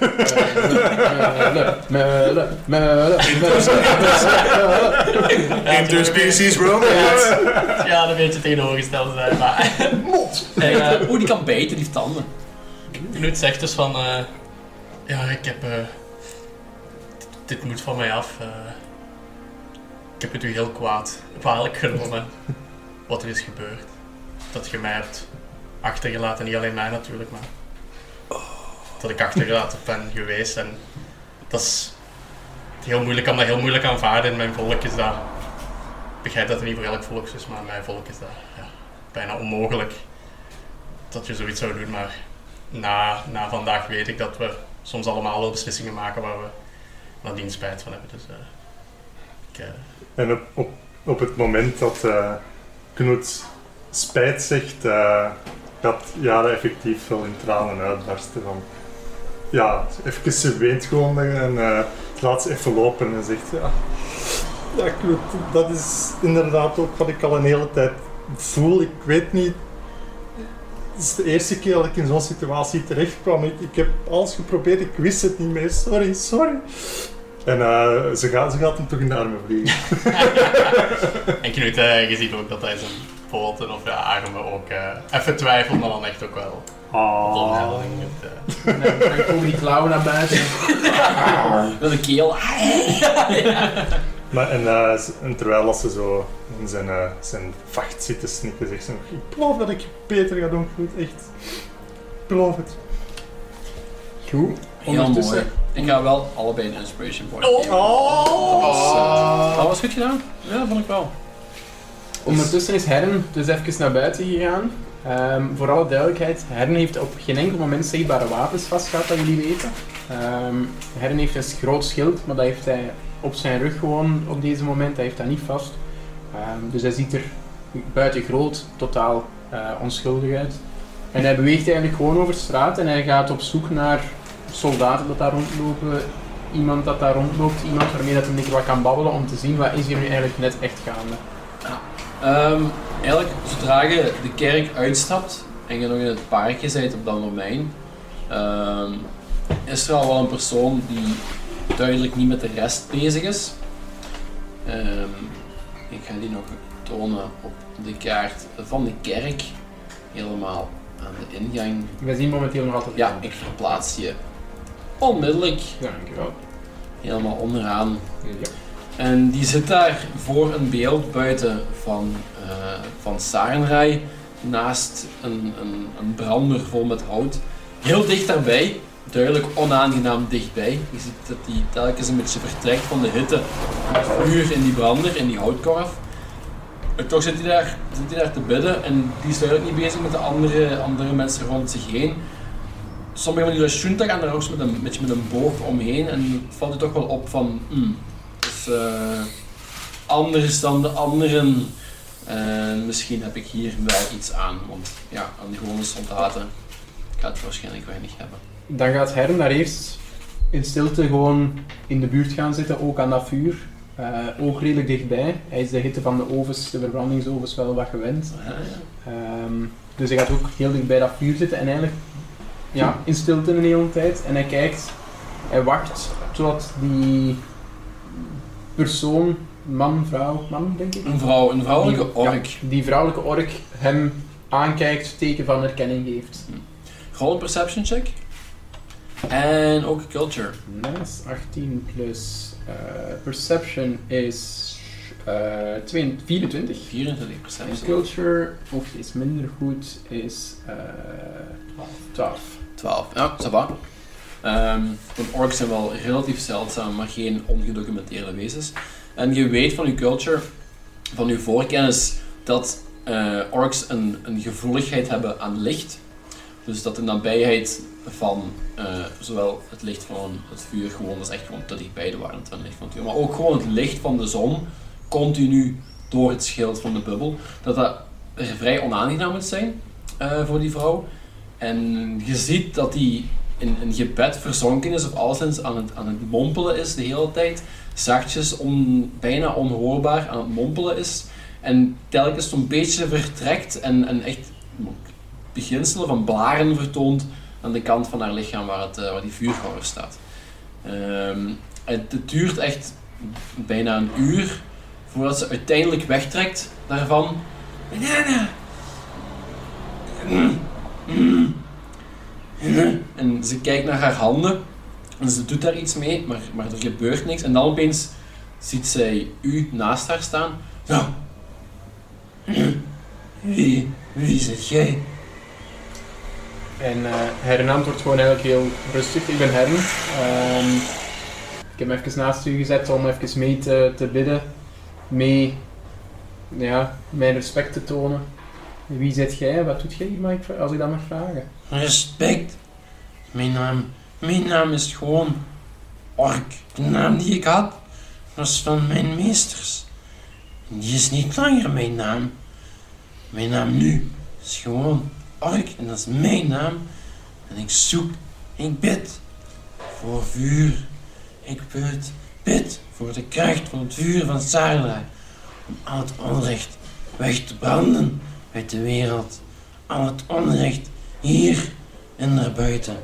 Interspecies romance. ja, een beetje tegenovergesteld zijn, maar... Die kan bijten, die heeft tanden. Knoet zegt dus van... ja, ik heb... dit moet van mij af. Ik heb het u heel kwalijk genomen. Wat er is gebeurd. Dat je mij hebt achtergelaten. Niet alleen mij natuurlijk, maar... Dat ik achtergelaten ben geweest. En dat is... heel moeilijk, ik kan dat heel moeilijk aanvaarden. In mijn volk is dat... Ik begrijp dat het niet voor elk volk is, maar in mijn volk is dat bijna onmogelijk. Dat je zoiets zou doen, maar... Na vandaag weet ik dat we soms allemaal wel beslissingen maken waar we nadien spijt van hebben. Dus, En op het moment dat Knoet spijt zegt, gaat Yara effectief wel in tranen uitbarsten. Van, ja, even ze weent gewoon en laat ze even lopen en zegt ja Knoet, dat is inderdaad ook wat ik al een hele tijd voel. Ik weet niet. Het is de eerste keer dat ik in zo'n situatie terecht kwam. Ik heb alles geprobeerd, ik wist het niet meer. Sorry. En ze gaat hem toch in de armen vliegen. En Knut, je ziet ook dat hij zijn poten of armen ook even twijfelt, maar dan echt ook wel op de omhelzing. Dan komen die klauwen naar buiten. Met een keel. Maar, en terwijl als ze zo in zijn vacht zit te snikken, zegt ze nog: ik beloof dat ik beter ga doen, goed, echt. Ik beloof het. Goed. Heel mooi. Ik ga wel allebei een inspiration point geven. Dat was goed gedaan. Ja, dat vond ik wel. Ondertussen is Herren dus even naar buiten gegaan. Voor alle duidelijkheid, Herren heeft op geen enkel moment zichtbare wapens vast gehad, dat jullie weten. Herren heeft een groot schild, maar dat heeft hij op zijn rug gewoon op deze moment. Hij heeft dat niet vast. Dus hij ziet er buiten groot totaal onschuldig uit. En hij beweegt eigenlijk gewoon over straat en hij gaat op zoek naar soldaten dat daar rondlopen. Iemand dat daar rondloopt, iemand waarmee dat een beetje wat kan babbelen om te zien wat is hier nu eigenlijk net echt gaande. Eigenlijk, zodra je de kerk uitstapt en je nog in het parkje bent op dat domein, is er al wel een persoon die duidelijk niet met de rest bezig is. Ik ga die nog tonen op de kaart van de kerk, helemaal aan de ingang. We zien momenteel nog altijd... Ja, ik verplaats je onmiddellijk. Dankjewel. Helemaal onderaan. Ja. En die zit daar voor een beeld buiten van Sarenraai, naast een brander vol met hout. Heel dicht daarbij, duidelijk onaangenaam dichtbij. Je ziet dat die telkens een beetje vertrekt van de hitte, het vuur in die brander, in die houtkorf. En toch zit hij daar te bidden en die is duidelijk niet bezig met de andere mensen rond zich heen. Sommige van die Lashunta gaan daar ook een beetje met een boog omheen en het valt je toch wel op van dus anders dan de anderen. Misschien heb ik hier wel iets aan, want ja, aan die gewone soldaten gaat het waarschijnlijk weinig hebben. Dan gaat Herren daar eerst in stilte gewoon in de buurt gaan zitten, ook aan dat vuur. Ook redelijk dichtbij. Hij is de hitte van de ovens, de verbrandingsovens wel wat gewend. Dus hij gaat ook heel dicht bij dat vuur zitten en eigenlijk in stilte een hele tijd. En hij kijkt, hij wacht totdat die persoon, man denk ik? Een vrouwelijke ork. Ja, die vrouwelijke ork hem aankijkt, teken van herkenning geeft. Roll een perception check. En ook culture. Nice, 18 plus perception is 24. 24 En perception. culture, ook iets minder goed, is 12. 12. Ja, ça va. Want orks zijn wel relatief zeldzaam, maar geen ongedocumenteerde wezens. En je weet van je culture, van je voorkennis, dat orks een gevoeligheid hebben aan licht. Dus dat de nabijheid van zowel het licht van het vuur, gewoon, dat is echt gewoon te dichtbij de warmte van het licht van het vuur, maar ook gewoon het licht van de zon, continu door het schild van de bubbel, dat vrij onaangenaam moet zijn voor die vrouw. En je ziet dat die in een gebed verzonken is, of alleszins aan het mompelen is de hele tijd, zachtjes, bijna onhoorbaar aan het mompelen is, en telkens zo'n beetje vertrekt en echt beginselen van blaren vertoont aan de kant van haar lichaam waar die vuurgouwer staat. Het duurt echt bijna een uur voordat ze uiteindelijk wegtrekt daarvan. En ze kijkt naar haar handen en ze doet daar iets mee, maar er gebeurt niks. En dan opeens ziet zij u naast haar staan. Ja. Wie zit jij? En Herren antwoordt gewoon eigenlijk heel rustig. Ik ben Herren. Ik heb me even naast u gezet om even mee te bidden. Mee, ja, mijn respect te tonen. Wie zit jij? Wat doet jij hier, als ik dat mag vragen? Respect. Mijn naam is gewoon Ork. De naam die ik had, was van mijn meesters. En die is niet langer mijn naam. Mijn naam nu is gewoon Ork en dat is mijn naam. En ik zoek, ik bid voor vuur. Ik bid voor de kracht van het vuur van Saardraai. Om al het onrecht weg te branden uit de wereld. Al het onrecht hier en daarbuiten.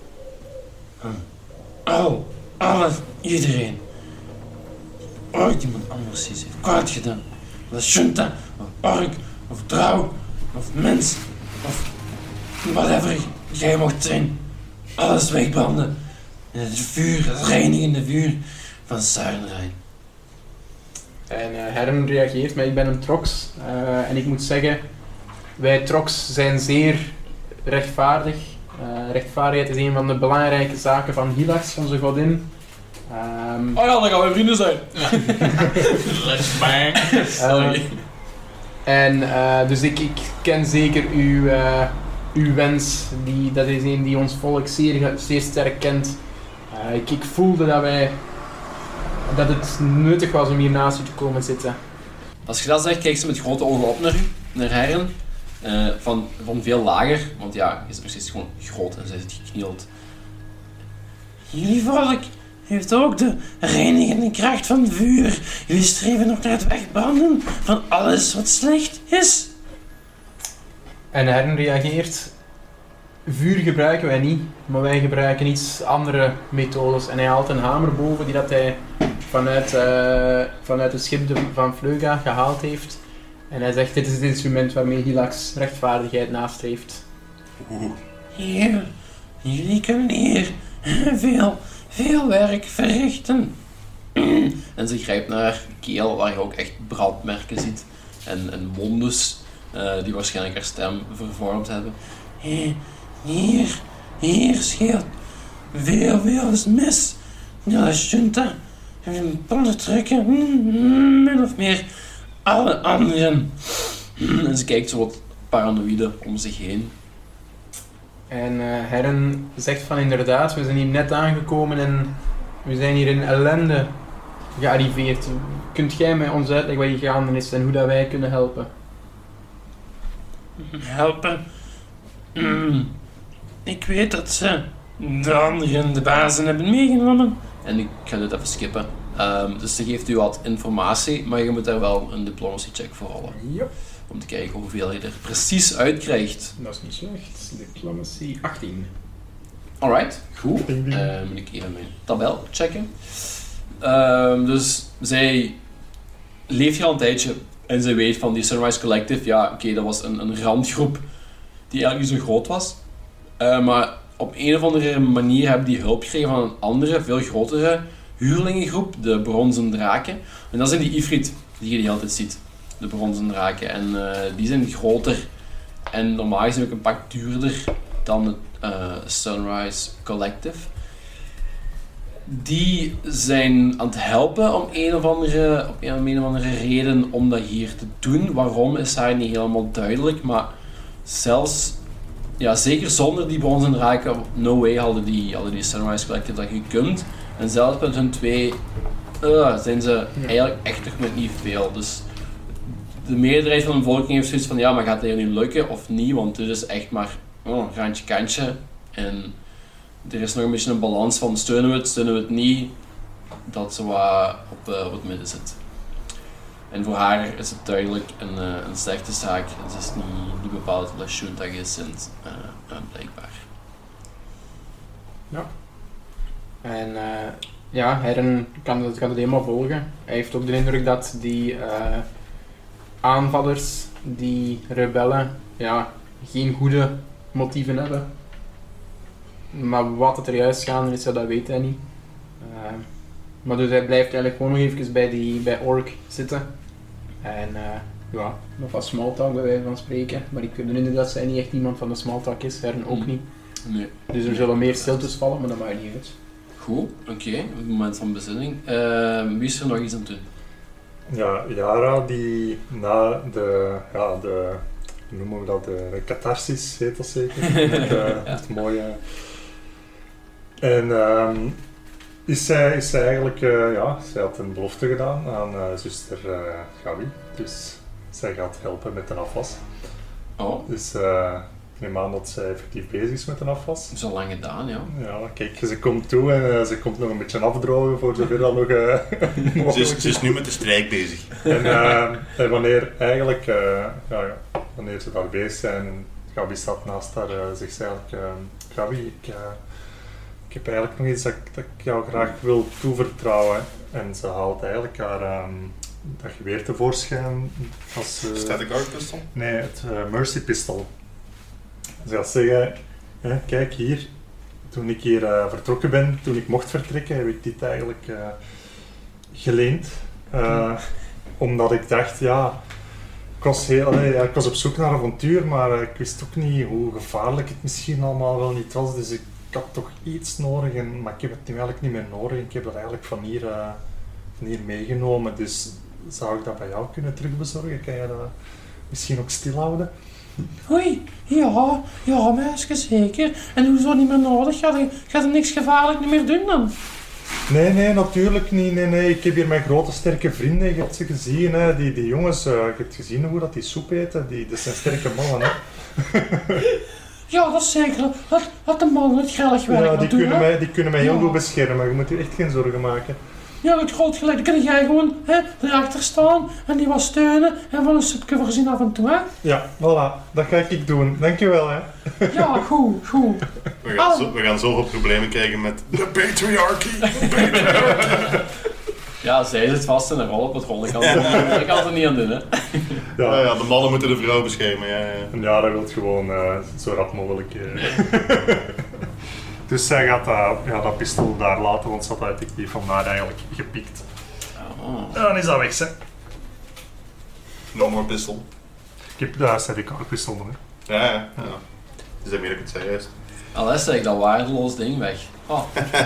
Iedereen. Ooit iemand anders iets heeft kwaad gedaan. Of dat junta, of ork, of trouw, of mens, of whatever jij mocht zijn. Alles wegbranden. In het vuur, het reinigende vuur van Saardraai. En Herren reageert, maar ik ben een Trox. En ik moet zeggen, wij Trox zijn zeer rechtvaardig. Rechtvaardigheid is een van de belangrijke zaken van Hylax, onze godin. Oh ja, dan gaan we vrienden zijn. Let's bang. Sorry. Dus ik ken zeker uw wens. Dat is een die ons volk zeer sterk kent. Ik voelde dat het nuttig was om hier naast u te komen zitten. Als je dat zegt, kijkt ze met grote ogen op naar u, naar Herren. Van veel lager, want ja, je is precies gewoon groot en zij zit geknield. Jullie volk heeft ook de reinigende kracht van vuur. Jullie streven nog naar het wegbranden van alles wat slecht is. En Herren reageert, vuur gebruiken wij niet, maar wij gebruiken iets andere methodes. En hij haalt een hamer boven die dat hij vanuit het schip van Vleuga gehaald heeft. En hij zegt, dit is het instrument waarmee Hylax rechtvaardigheid nastreeft. Hier, jullie kunnen hier veel werk verrichten. En ze grijpt naar haar keel, waar je ook echt brandmerken ziet. En wondes, die waarschijnlijk haar stem vervormd hebben. Hier scheelt veel is mis. Ja, junta en onderdrukken min of meer alle anderen. En ze kijkt zo wat paranoïde om zich heen. En Herren zegt van inderdaad, we zijn hier net aangekomen en we zijn hier in ellende gearriveerd. Kunt jij mij ons uitleggen wat hier gaande is en hoe dat wij kunnen helpen? Helpen? Ik weet dat ze de anderen, de bazen, hebben meegenomen. En ik ga dit even skippen. Dus ze geeft u wat informatie, maar je moet daar wel een diplomacy check voor rollen. Yep. Om te kijken hoeveel je er precies uitkrijgt. Dat is niet slecht. Diplomacy 18. Alright, goed. Moet ik even mijn tabel checken. Dus zij leeft hier al een tijdje En ze weet van die Sunrise Collective, ja oké, dat was een randgroep die eigenlijk niet zo groot was. Maar op een of andere manier hebben die hulp gekregen van een andere, veel grotere huurlingengroep, de Bronzen Draken. En dat zijn die Ifrit die je die altijd ziet, de Bronzen Draken. En die zijn groter en normaal gezien ook een pak duurder dan het Sunrise Collective. Die zijn aan het helpen om een of andere reden om dat hier te doen. Waarom is daar niet helemaal duidelijk, maar zelfs, ja, zeker zonder die Bronzen Draken, no way hadden die Sunrise Collective dat gekund. En zelfs met hun 2 zijn ze eigenlijk echt nog met niet veel. Dus de meerderheid van de bevolking heeft zoiets van, ja, maar gaat het hier nu lukken of niet? Want dit is echt maar een randje kantje. En er is nog een beetje een balans van steunen we het niet, dat ze wat op het midden zit. En voor haar is het duidelijk een slechte zaak. Ze is niet bepaald wat Shuntag is blijkbaar. Ja. En Herren kan het helemaal volgen. Hij heeft ook de indruk dat die aanvallers, die rebellen, ja, geen goede motieven hebben. Maar wat het er juist gaande is, dat weet hij niet. Maar dus hij blijft eigenlijk gewoon nog even bij Orc zitten. En nog wat smalltalk bij wijze van spreken. Maar ik heb de indruk dat zij niet echt iemand van de smalltalk is, Herren ook niet. Nee. Dus er zullen meer stiltes vallen, maar dat maakt niet uit. Goed, oké. Het moment van bezinning. Wie is er nog iets aan het doen? Ja, Yara die na de hoe noemen we dat, de catharsis heet dat zeker, het mooie. En is zij eigenlijk, zij had een belofte gedaan aan zuster Gabi, dus zij gaat helpen met de afwas. Oh. Dus ik neem aan dat zij effectief bezig is met een afwas. Dat is al lang gedaan, ja. Ja, kijk, ze komt toe en ze komt nog een beetje afdrogen voor zover dat nog Ze is nu met de strijk bezig. En wanneer eigenlijk, wanneer ze daar bezig zijn en Gabi staat naast haar, zegt ze eigenlijk, Gabi, ik heb eigenlijk nog iets dat ik jou graag wil toevertrouwen. En ze haalt eigenlijk haar dat geweer tevoorschijn. Static Arc Pistol? Nee, het Mercy Pistol. Ze gaat zeggen, kijk hier, toen ik hier vertrokken ben, toen ik mocht vertrekken, heb ik dit eigenlijk geleend. Omdat ik dacht, ik was op zoek naar avontuur, maar ik wist ook niet hoe gevaarlijk het misschien allemaal wel niet was. Dus ik had toch iets nodig, maar ik heb het nu eigenlijk niet meer nodig. Ik heb dat eigenlijk van hier meegenomen. Dus zou ik dat bij jou kunnen terugbezorgen? Kan jij dat misschien ook stilhouden? Oei, ja meisje, zeker. En hoezo niet meer nodig? Gaat er niks gevaarlijk niet meer doen dan? Nee, natuurlijk niet. Nee. Ik heb hier mijn grote sterke vrienden, je hebt ze gezien, hè. Die jongens, je hebt gezien hoe dat die soep eten, dat zijn sterke mannen, hè. Ja, dat is zeker. Laat de mannen het grillig werk doen, hè. Die kunnen mij heel goed beschermen, je moet je echt geen zorgen maken. Ja, het groot gelijk. Dan kan jij gewoon erachter staan en die wat steunen en van een soepje voorzien af en toe, hè? Ja, voilà. Dat ga ik doen. Dankjewel, hè. Ja, goed. We gaan zoveel problemen krijgen met de patriarchy. Ja, zij zit vast in een rollenpatroon. Ik kan er niet aan doen, hè. Ja, de mannen moeten de vrouw beschermen. Ja. Dat wil gewoon zo rap mogelijk. Dus zij gaat dat pistool daar laten, want ze had dat effectief van daar eigenlijk gepikt. Oh. En dan is dat weg, hè. No more pistol. Ik heb daar static arc pistool nog, hè. Ja. Dus daarmee dat ik het zei juist. Al zeg ik dat waardeloos ding weg. Oh.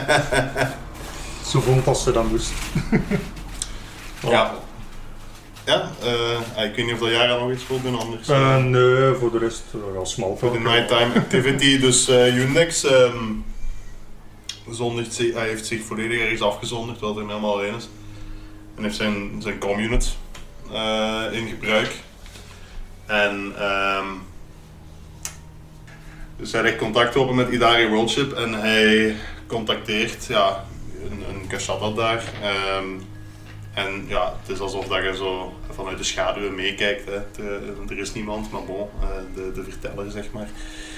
Zo vond als ze dat moest. Ja. Ik weet niet of dat Yara nog iets wil doen anders. Nee, voor de rest wel smal. Voor de nighttime activity, dus Unix heeft zich volledig ergens afgezonderd, terwijl hij helemaal alleen is. En heeft zijn comm-unit in gebruik. En dus hij legt contact open met Idari Worldship en hij contacteert een Kashatta daar. En ja, het is alsof dat je zo vanuit de schaduwen meekijkt. Er is niemand, maar bon, de verteller zeg maar.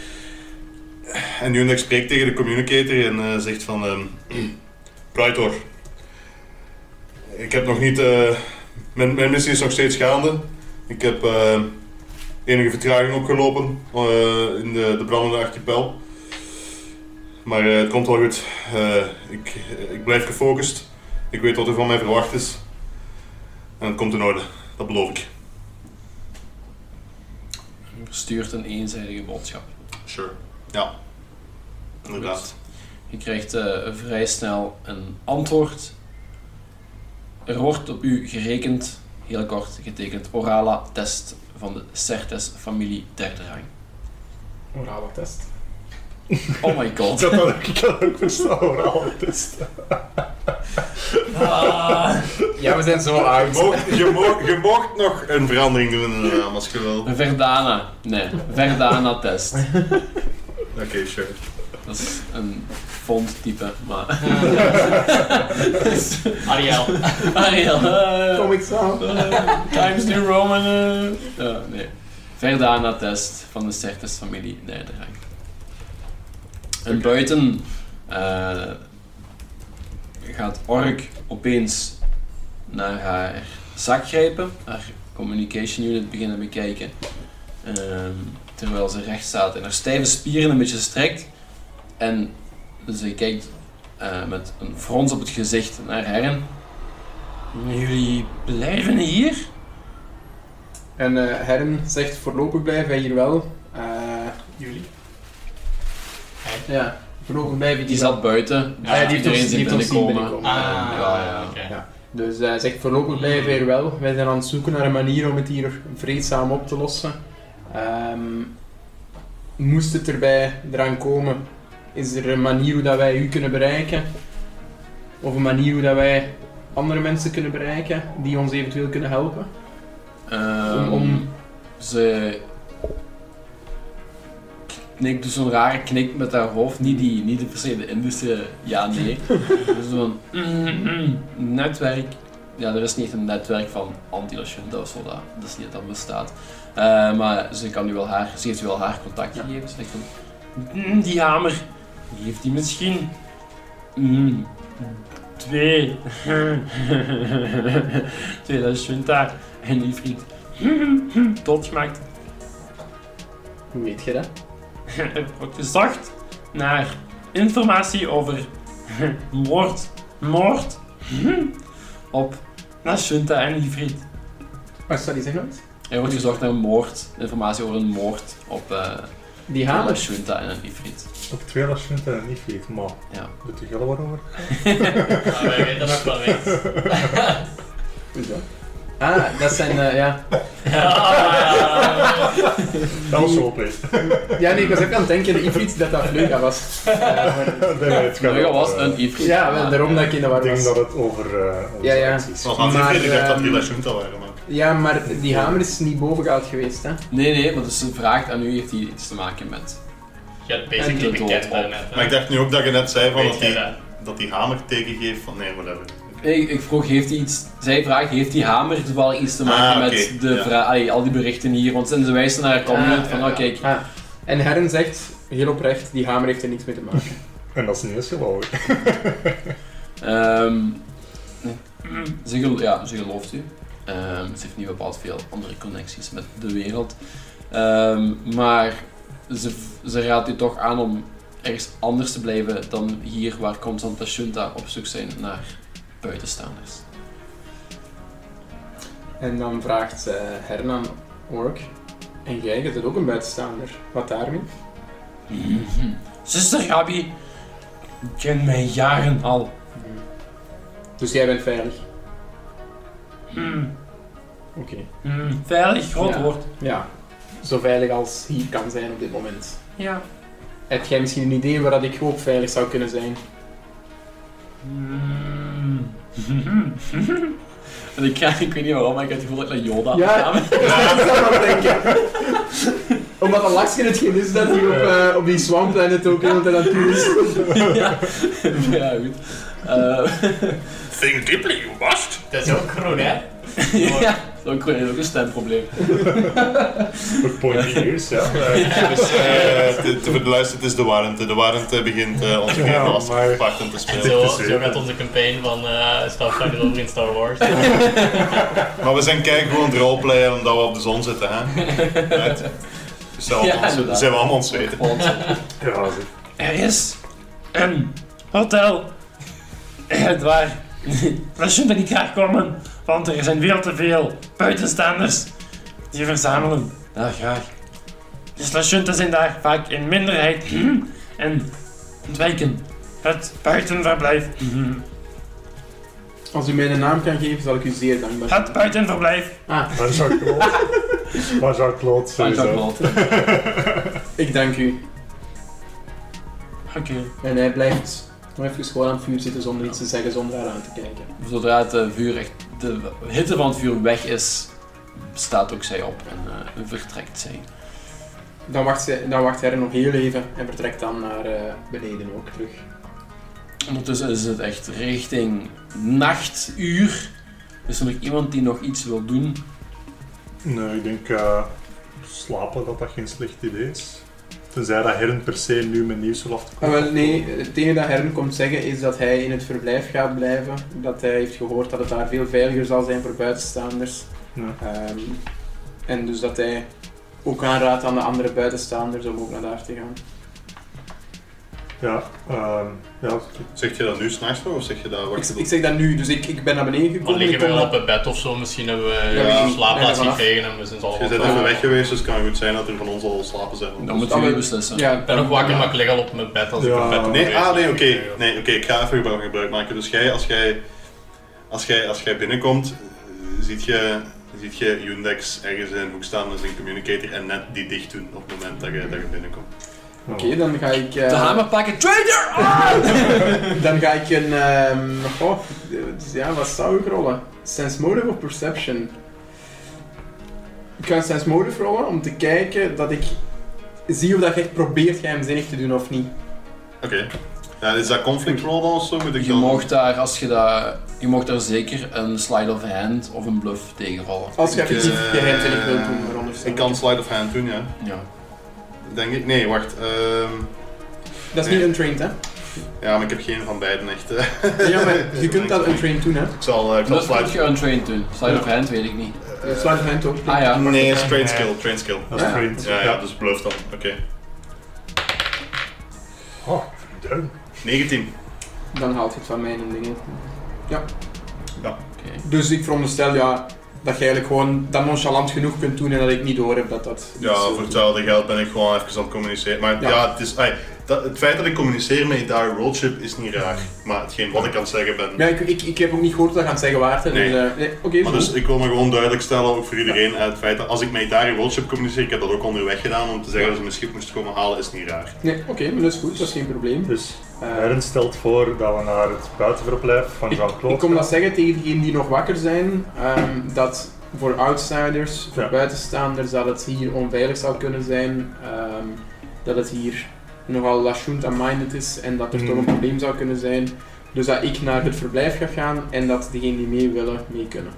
En Unix spreekt tegen de communicator en zegt van... Praetor, ik heb nog niet Mijn missie is nog steeds gaande. Ik heb enige vertraging opgelopen in de brandende archipel. Maar het komt wel goed. Ik blijf gefocust. Ik weet wat er van mij verwacht is. En het komt in orde. Dat beloof ik. Je verstuurt een eenzijdige boodschap. Sure. Ja. Inderdaad. Je krijgt vrij snel een antwoord. Er wordt op u gerekend, heel kort getekend, orale test van de Certes-familie derde rang. Orale test. Oh my god. Ik kan ook verstaan, orale test. Ja, we zijn zo oud. Je mocht nog een verandering doen in de naam als je wil. Een Verdana. Nee, Verdana-test. Oké, sure. Dat is een fonttype, maar... Ariel. Ariel. Kom ik zo. Times New Roman. Nee. Verdana-test van de Certes-familie derde rang. En buiten gaat Ork opeens naar haar zak grijpen, haar communication unit beginnen bekijken. Terwijl ze recht staat en haar stijve spieren een beetje strekt. En ze kijkt met een frons op het gezicht naar Herren. Jullie blijven hier? En Herren zegt voorlopig blijven wij hier wel. Jullie? Ja, voorlopig blijven Die zat buiten. Ja, die heeft ons zien binnenkomen. Ja. Oké. Ja. Dus hij zegt voorlopig blijven wij hier wel. Wij zijn aan het zoeken naar een manier om het hier vreedzaam op te lossen. Moest het erbij eraan komen, is er een manier hoe dat wij u kunnen bereiken? Of een manier hoe dat wij andere mensen kunnen bereiken die ons eventueel kunnen helpen? Ze knikt dus zo'n rare knik met haar hoofd, niet per se de Indische ja-nee. Dus zo'n netwerk. Ja, er is niet een netwerk van anti-Lashunta of zo, dat is niet dat bestaat. Maar ze heeft u wel haar contactgegevens. Zegt van, die hamer, heeft die misschien 2 Lashunta en die vriend doodgemaakt. Hoe weet je dat? Er wordt gezocht naar informatie over moord op Lashunta en Ifrit. Wat staat die zeggen? Er wordt gezocht naar informatie over een moord op Die hamer? Lashunta en Ifrit. Op 2 Lashunta en Ifrit, maar Ja. doet u wel wat over? Maar wij weten nog wel iets. Hoezo? Ah, dat zijn, ja. Dat was zo opeens. Ja, nee, ik was even aan het denken, de Ifrit dat Vleuga was. Vleuga was een Ifrit. Ja, wel, daarom dat ik in de war Ik denk was. dat het over Ja, ja. acties Zoals gaat. aan Maar, die ik dacht dat die Lashunta waren, maar... Ja, maar die hamer is niet bovengehaald geweest, hè. Nee, want ze vraagt aan u, heeft die iets te maken met... Je hebt En basically de dood bekend op. daarnet. hè. Maar ik dacht nu ook dat je net zei van Weet jij dat die hamer tegengeeft van nee, whatever. Ik vroeg, zij vraagt, heeft die hamer toevallig iets te maken oké, met de ja. al die berichten hier? Want ze wijzen naar haar comment van, oh kijk, Ah. En Herren zegt, heel oprecht, die hamer heeft er niks mee te maken. En dat is niet eens gelogen. Ze gelooft u. Ze heeft niet bepaald veel andere connecties met de wereld. Maar ze raadt u toch aan om ergens anders te blijven dan hier waar constant Lashunta op zoek zijn naar buitenstaanders. En dan vraagt Herren aan Ork, en jij bent ook een buitenstaander, wat daarmee? Zuster Gabi kent mij jaren al. Dus jij bent veilig? Oké. Veilig, groot Ja. woord. Ja, zo veilig als hier kan zijn op dit moment. Ja. Heb jij misschien een idee waar dat ik ook veilig zou kunnen zijn? En ik weet niet waarom, maar ik heb het gevoel dat ik naar Yoda Ja. ga. Ik zou dat denken. Omdat een lachje hetgeen is dat hij op die Swamp Planet ook iemand aan het doen is. Ja, goed. Think deeply, you must. Dat is ook groen, hè? Ja. Dat is ook een stemprobleem. Ook pointy ears, ja. Dus voor de luister, het is de warmte. De warmte begint onze parten te spelen. Zo gaat onze campaign van Starfighter over in Star Wars. Maar we zijn gewoon het roleplayen omdat we op de zon zitten, hè? Right. Dus dat zijn we allemaal ons weten. Ja, Er is een hotel waar Lashunta niet graag komen, want er zijn veel te veel buitenstaanders die verzamelen daar graag. Dus Lashunta zijn daar vaak in minderheid en ontwijken het buitenverblijf. Als u mij een naam kan geven, zal ik u zeer dankbaar zijn. Het buitenverblijf. van Jean-Claude. Van Jean-Claude, sowieso. Ik dank u. Oké. En hij blijft nog even gewoon aan het vuur zitten zonder iets te zeggen, zonder haar aan te kijken. Zodra het vuur echt, de hitte van het vuur weg is, staat ook zij op en vertrekt zij. Dan wacht hij er nog heel even en vertrekt dan naar beneden ook terug. Ondertussen is het echt richting nachtuur. Is er nog iemand die nog iets wil doen? Nee, ik denk slapen dat geen slecht idee is. Tenzij dat Hern per se nu met nieuws wil af te komen. Nee, het enige dat Hern komt zeggen is dat hij in het verblijf gaat blijven. Dat hij heeft gehoord dat het daar veel veiliger zal zijn voor buitenstaanders. Ja. En dus dat hij ook aanraadt aan de andere buitenstaanders om ook naar daar te gaan. Ja, Zeg je dat nu s'nachts nog of zeg je dat... Ik zeg dat nu, dus ik ben naar beneden Dan gekomen. liggen Ik we kom wel naar- op het bed of zo, misschien hebben we Ja, een slaapplaats nee, gekregen en we zijn al Je bent even weg geweest, dus het kan goed zijn dat er van ons al slapen zijn. Dan moeten jullie beslissen. Ja, Ik ben nog wakker, maar ik lig al op mijn bed als ik Ja. op bed Nee, oké, ik ga even gebruik maken. Dus als jij binnenkomt, ziet je Yundex ergens in een hoek staan met zijn communicator en net die dicht doen op het moment dat je binnenkomt. Oké, dan ga ik... De hamer pakken, traitor! Dan ga ik een... wat zou ik rollen? Sense Motive of Perception? Ik ga een Sense Motive rollen om te kijken dat ik zie of dat je echt probeert geheimzinnig te doen of niet. Oké. Ja, is dat conflict roll dan of zo? Moet ik Je dan... mocht daar, je mocht daar zeker een slide of hand of een bluff tegenvallen. Als je Ik, effectief geheimzinnig wilt doen, waaronder Ik kan slide of hand doen, ja. Ja. Denk ik. Nee, wacht. Dat is niet untrained, hè? Ja, maar ik heb geen van beiden echt. Ja, maar je kunt dat untrained doen, hè? Ik zal Bluff kun slide... je untrained doen. Slide of hand weet ik niet. Slide of hand ook. Ah ja. Nee, is train skill. dat is Ja. vriend. Ja, dus bluff dan. Oké. Oh, duim. 19. Dan haalt je het van mij en dingen. Ja. Oké. Dus ik veronderstel, ja, dat je eigenlijk gewoon dat nonchalant genoeg kunt doen en dat ik niet door heb dat dat... Ja, voor hetzelfde geld ben ik gewoon even aan het communiceren. Maar ja, het is... het feit dat ik communiceer met Idar Roadship is niet raar. Maar hetgeen wat ik aan het zeggen ben... Ja, ik heb ook niet gehoord dat je aan het zeggen waard. Nee. Dus, oké, Maar dus ik wil me gewoon duidelijk stellen, ook voor iedereen, het feit dat als ik met Idar Roadship communiceer, ik heb dat ook onderweg gedaan om te zeggen dat ze mijn schip moesten komen halen, is niet raar. Nee, oké, maar dat is goed, dat is geen probleem. Dus Hern stelt voor dat we naar het buitenverblijf van Jean-Claude Ik kom dat gaan. zeggen tegen diegenen die nog wakker zijn, dat voor outsiders, voor Ja. buitenstaanders, dat het hier onveilig zou kunnen zijn, dat het hier nogal Lashunta-minded is en dat er toch een probleem zou kunnen zijn. Dus dat ik naar het verblijf ga gaan en dat degenen die mee willen, mee kunnen.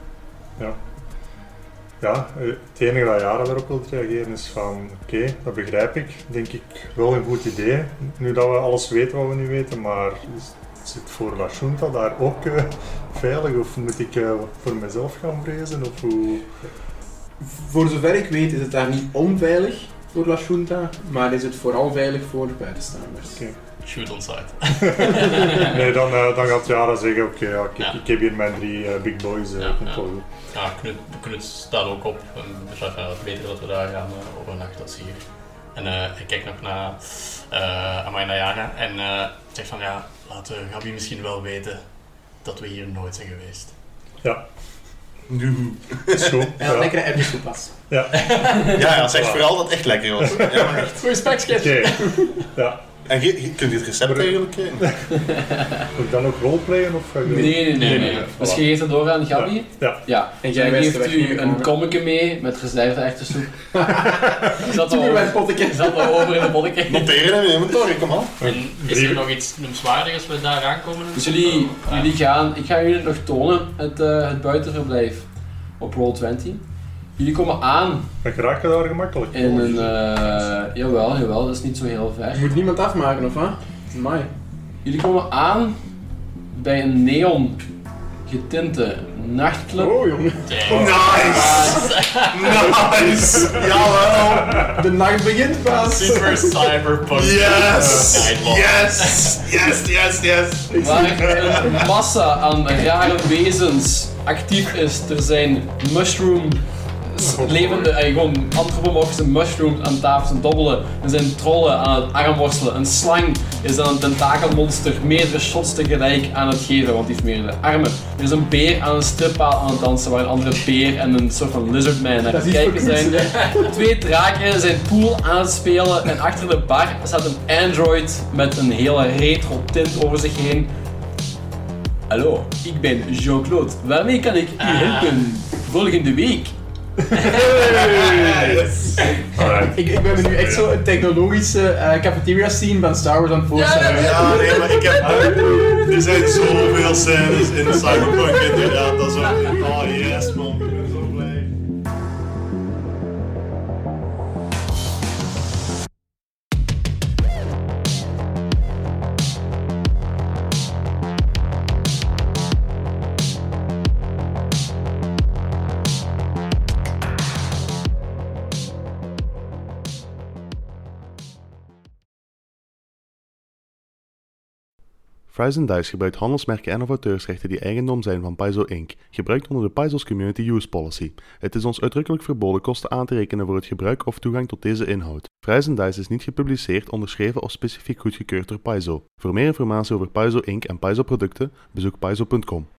Ja, het enige dat Jara daarop wil reageren is van oké, dat begrijp ik. Denk ik wel een goed idee. Nu dat we alles weten wat we nu weten, maar zit voor Lashunta daar ook veilig of moet ik voor mezelf gaan vrezen? Of hoe? Voor zover ik weet is het daar niet onveilig voor Lashunta, maar is het vooral veilig voor buitenstaanders. Oké. Shoot on sight. Nee, dan gaat Jara zeggen oké, Ja. ik heb hier mijn 3 big boys, Ja, komt ja. wel goed. Ja, Knut staat ook op. En besluit het beter dat we daar gaan overnachten als hier. En ik kijk nog naar Amanda Jara en zegt van ja, laat Gabi misschien wel weten dat we hier nooit zijn geweest. Ja, Nu. is goed. En dat Ja. lekkere erwtensoepas. Ja, zeg vooral dat het echt lekker was. Ja, maar echt. Goeie spekskip! Oké. Ja. En je kunt dit recept eigenlijk... Moet ik dan ook roleplayen of ga ik Nee. Dus je geeft het door aan Gabi? Ja. Ja. En jij En wijst geeft de weg, u neem ik een aan. kommetje mee met reserve erwtensoep. Zat Doe er mijn over, potteke. zat er over in de bolletje. Noteren hem in inventory, kom aan. En is er nog iets noemenswaardigs als we daar aankomen? Dus jullie gaan, ik ga jullie nog tonen, het buitenverblijf. op Roll20. Jullie komen aan Dan raak je daar gemakkelijk. in een... jawel, dat is niet zo heel ver. Je moet niemand afmaken, of wat? Amai. Jullie komen aan bij een neon getinte nachtclub. Oh, jongen. Nice! Nice! Jawel! De nacht begint pas. Super cyberpunk. Yes! Nightmare. Yes! Waar een massa aan rare wezens actief is. Er zijn gewoon antropomorfische mushrooms aan tafel zijn dobbelen. Er zijn trollen aan het armworstelen. Een slang is aan een tentakelmonster meerdere shots tegelijk aan het geven, want die heeft meerdere armen. Er is een beer aan een strippaal aan het dansen, waar een andere beer en een soort van lizardman naar het kijken zijn. 2 draken zijn pool aan het spelen en achter de bar staat een android met een hele retro tint over zich heen. Hallo, ik ben Jean-Claude. Waarmee kan ik u helpen? Volgende week. Ik ben me nu echt zo een technologische cafeteria scene van Star Wars aan het voorstellen. Ja, nee, maar ik heb... Er zijn zoveel scènes in Cyberpunk inderdaad. Dat is ook... Oh yes, man. Ik ben zo blij. Fries & Dice gebruikt handelsmerken en auteursrechten die eigendom zijn van Paizo Inc., gebruikt onder de Paizo's Community Use Policy. Het is ons uitdrukkelijk verboden kosten aan te rekenen voor het gebruik of toegang tot deze inhoud. Fries & Dice is niet gepubliceerd, onderschreven of specifiek goedgekeurd door Paizo. Voor meer informatie over Paizo Inc. en Paizo producten, bezoek paizo.com.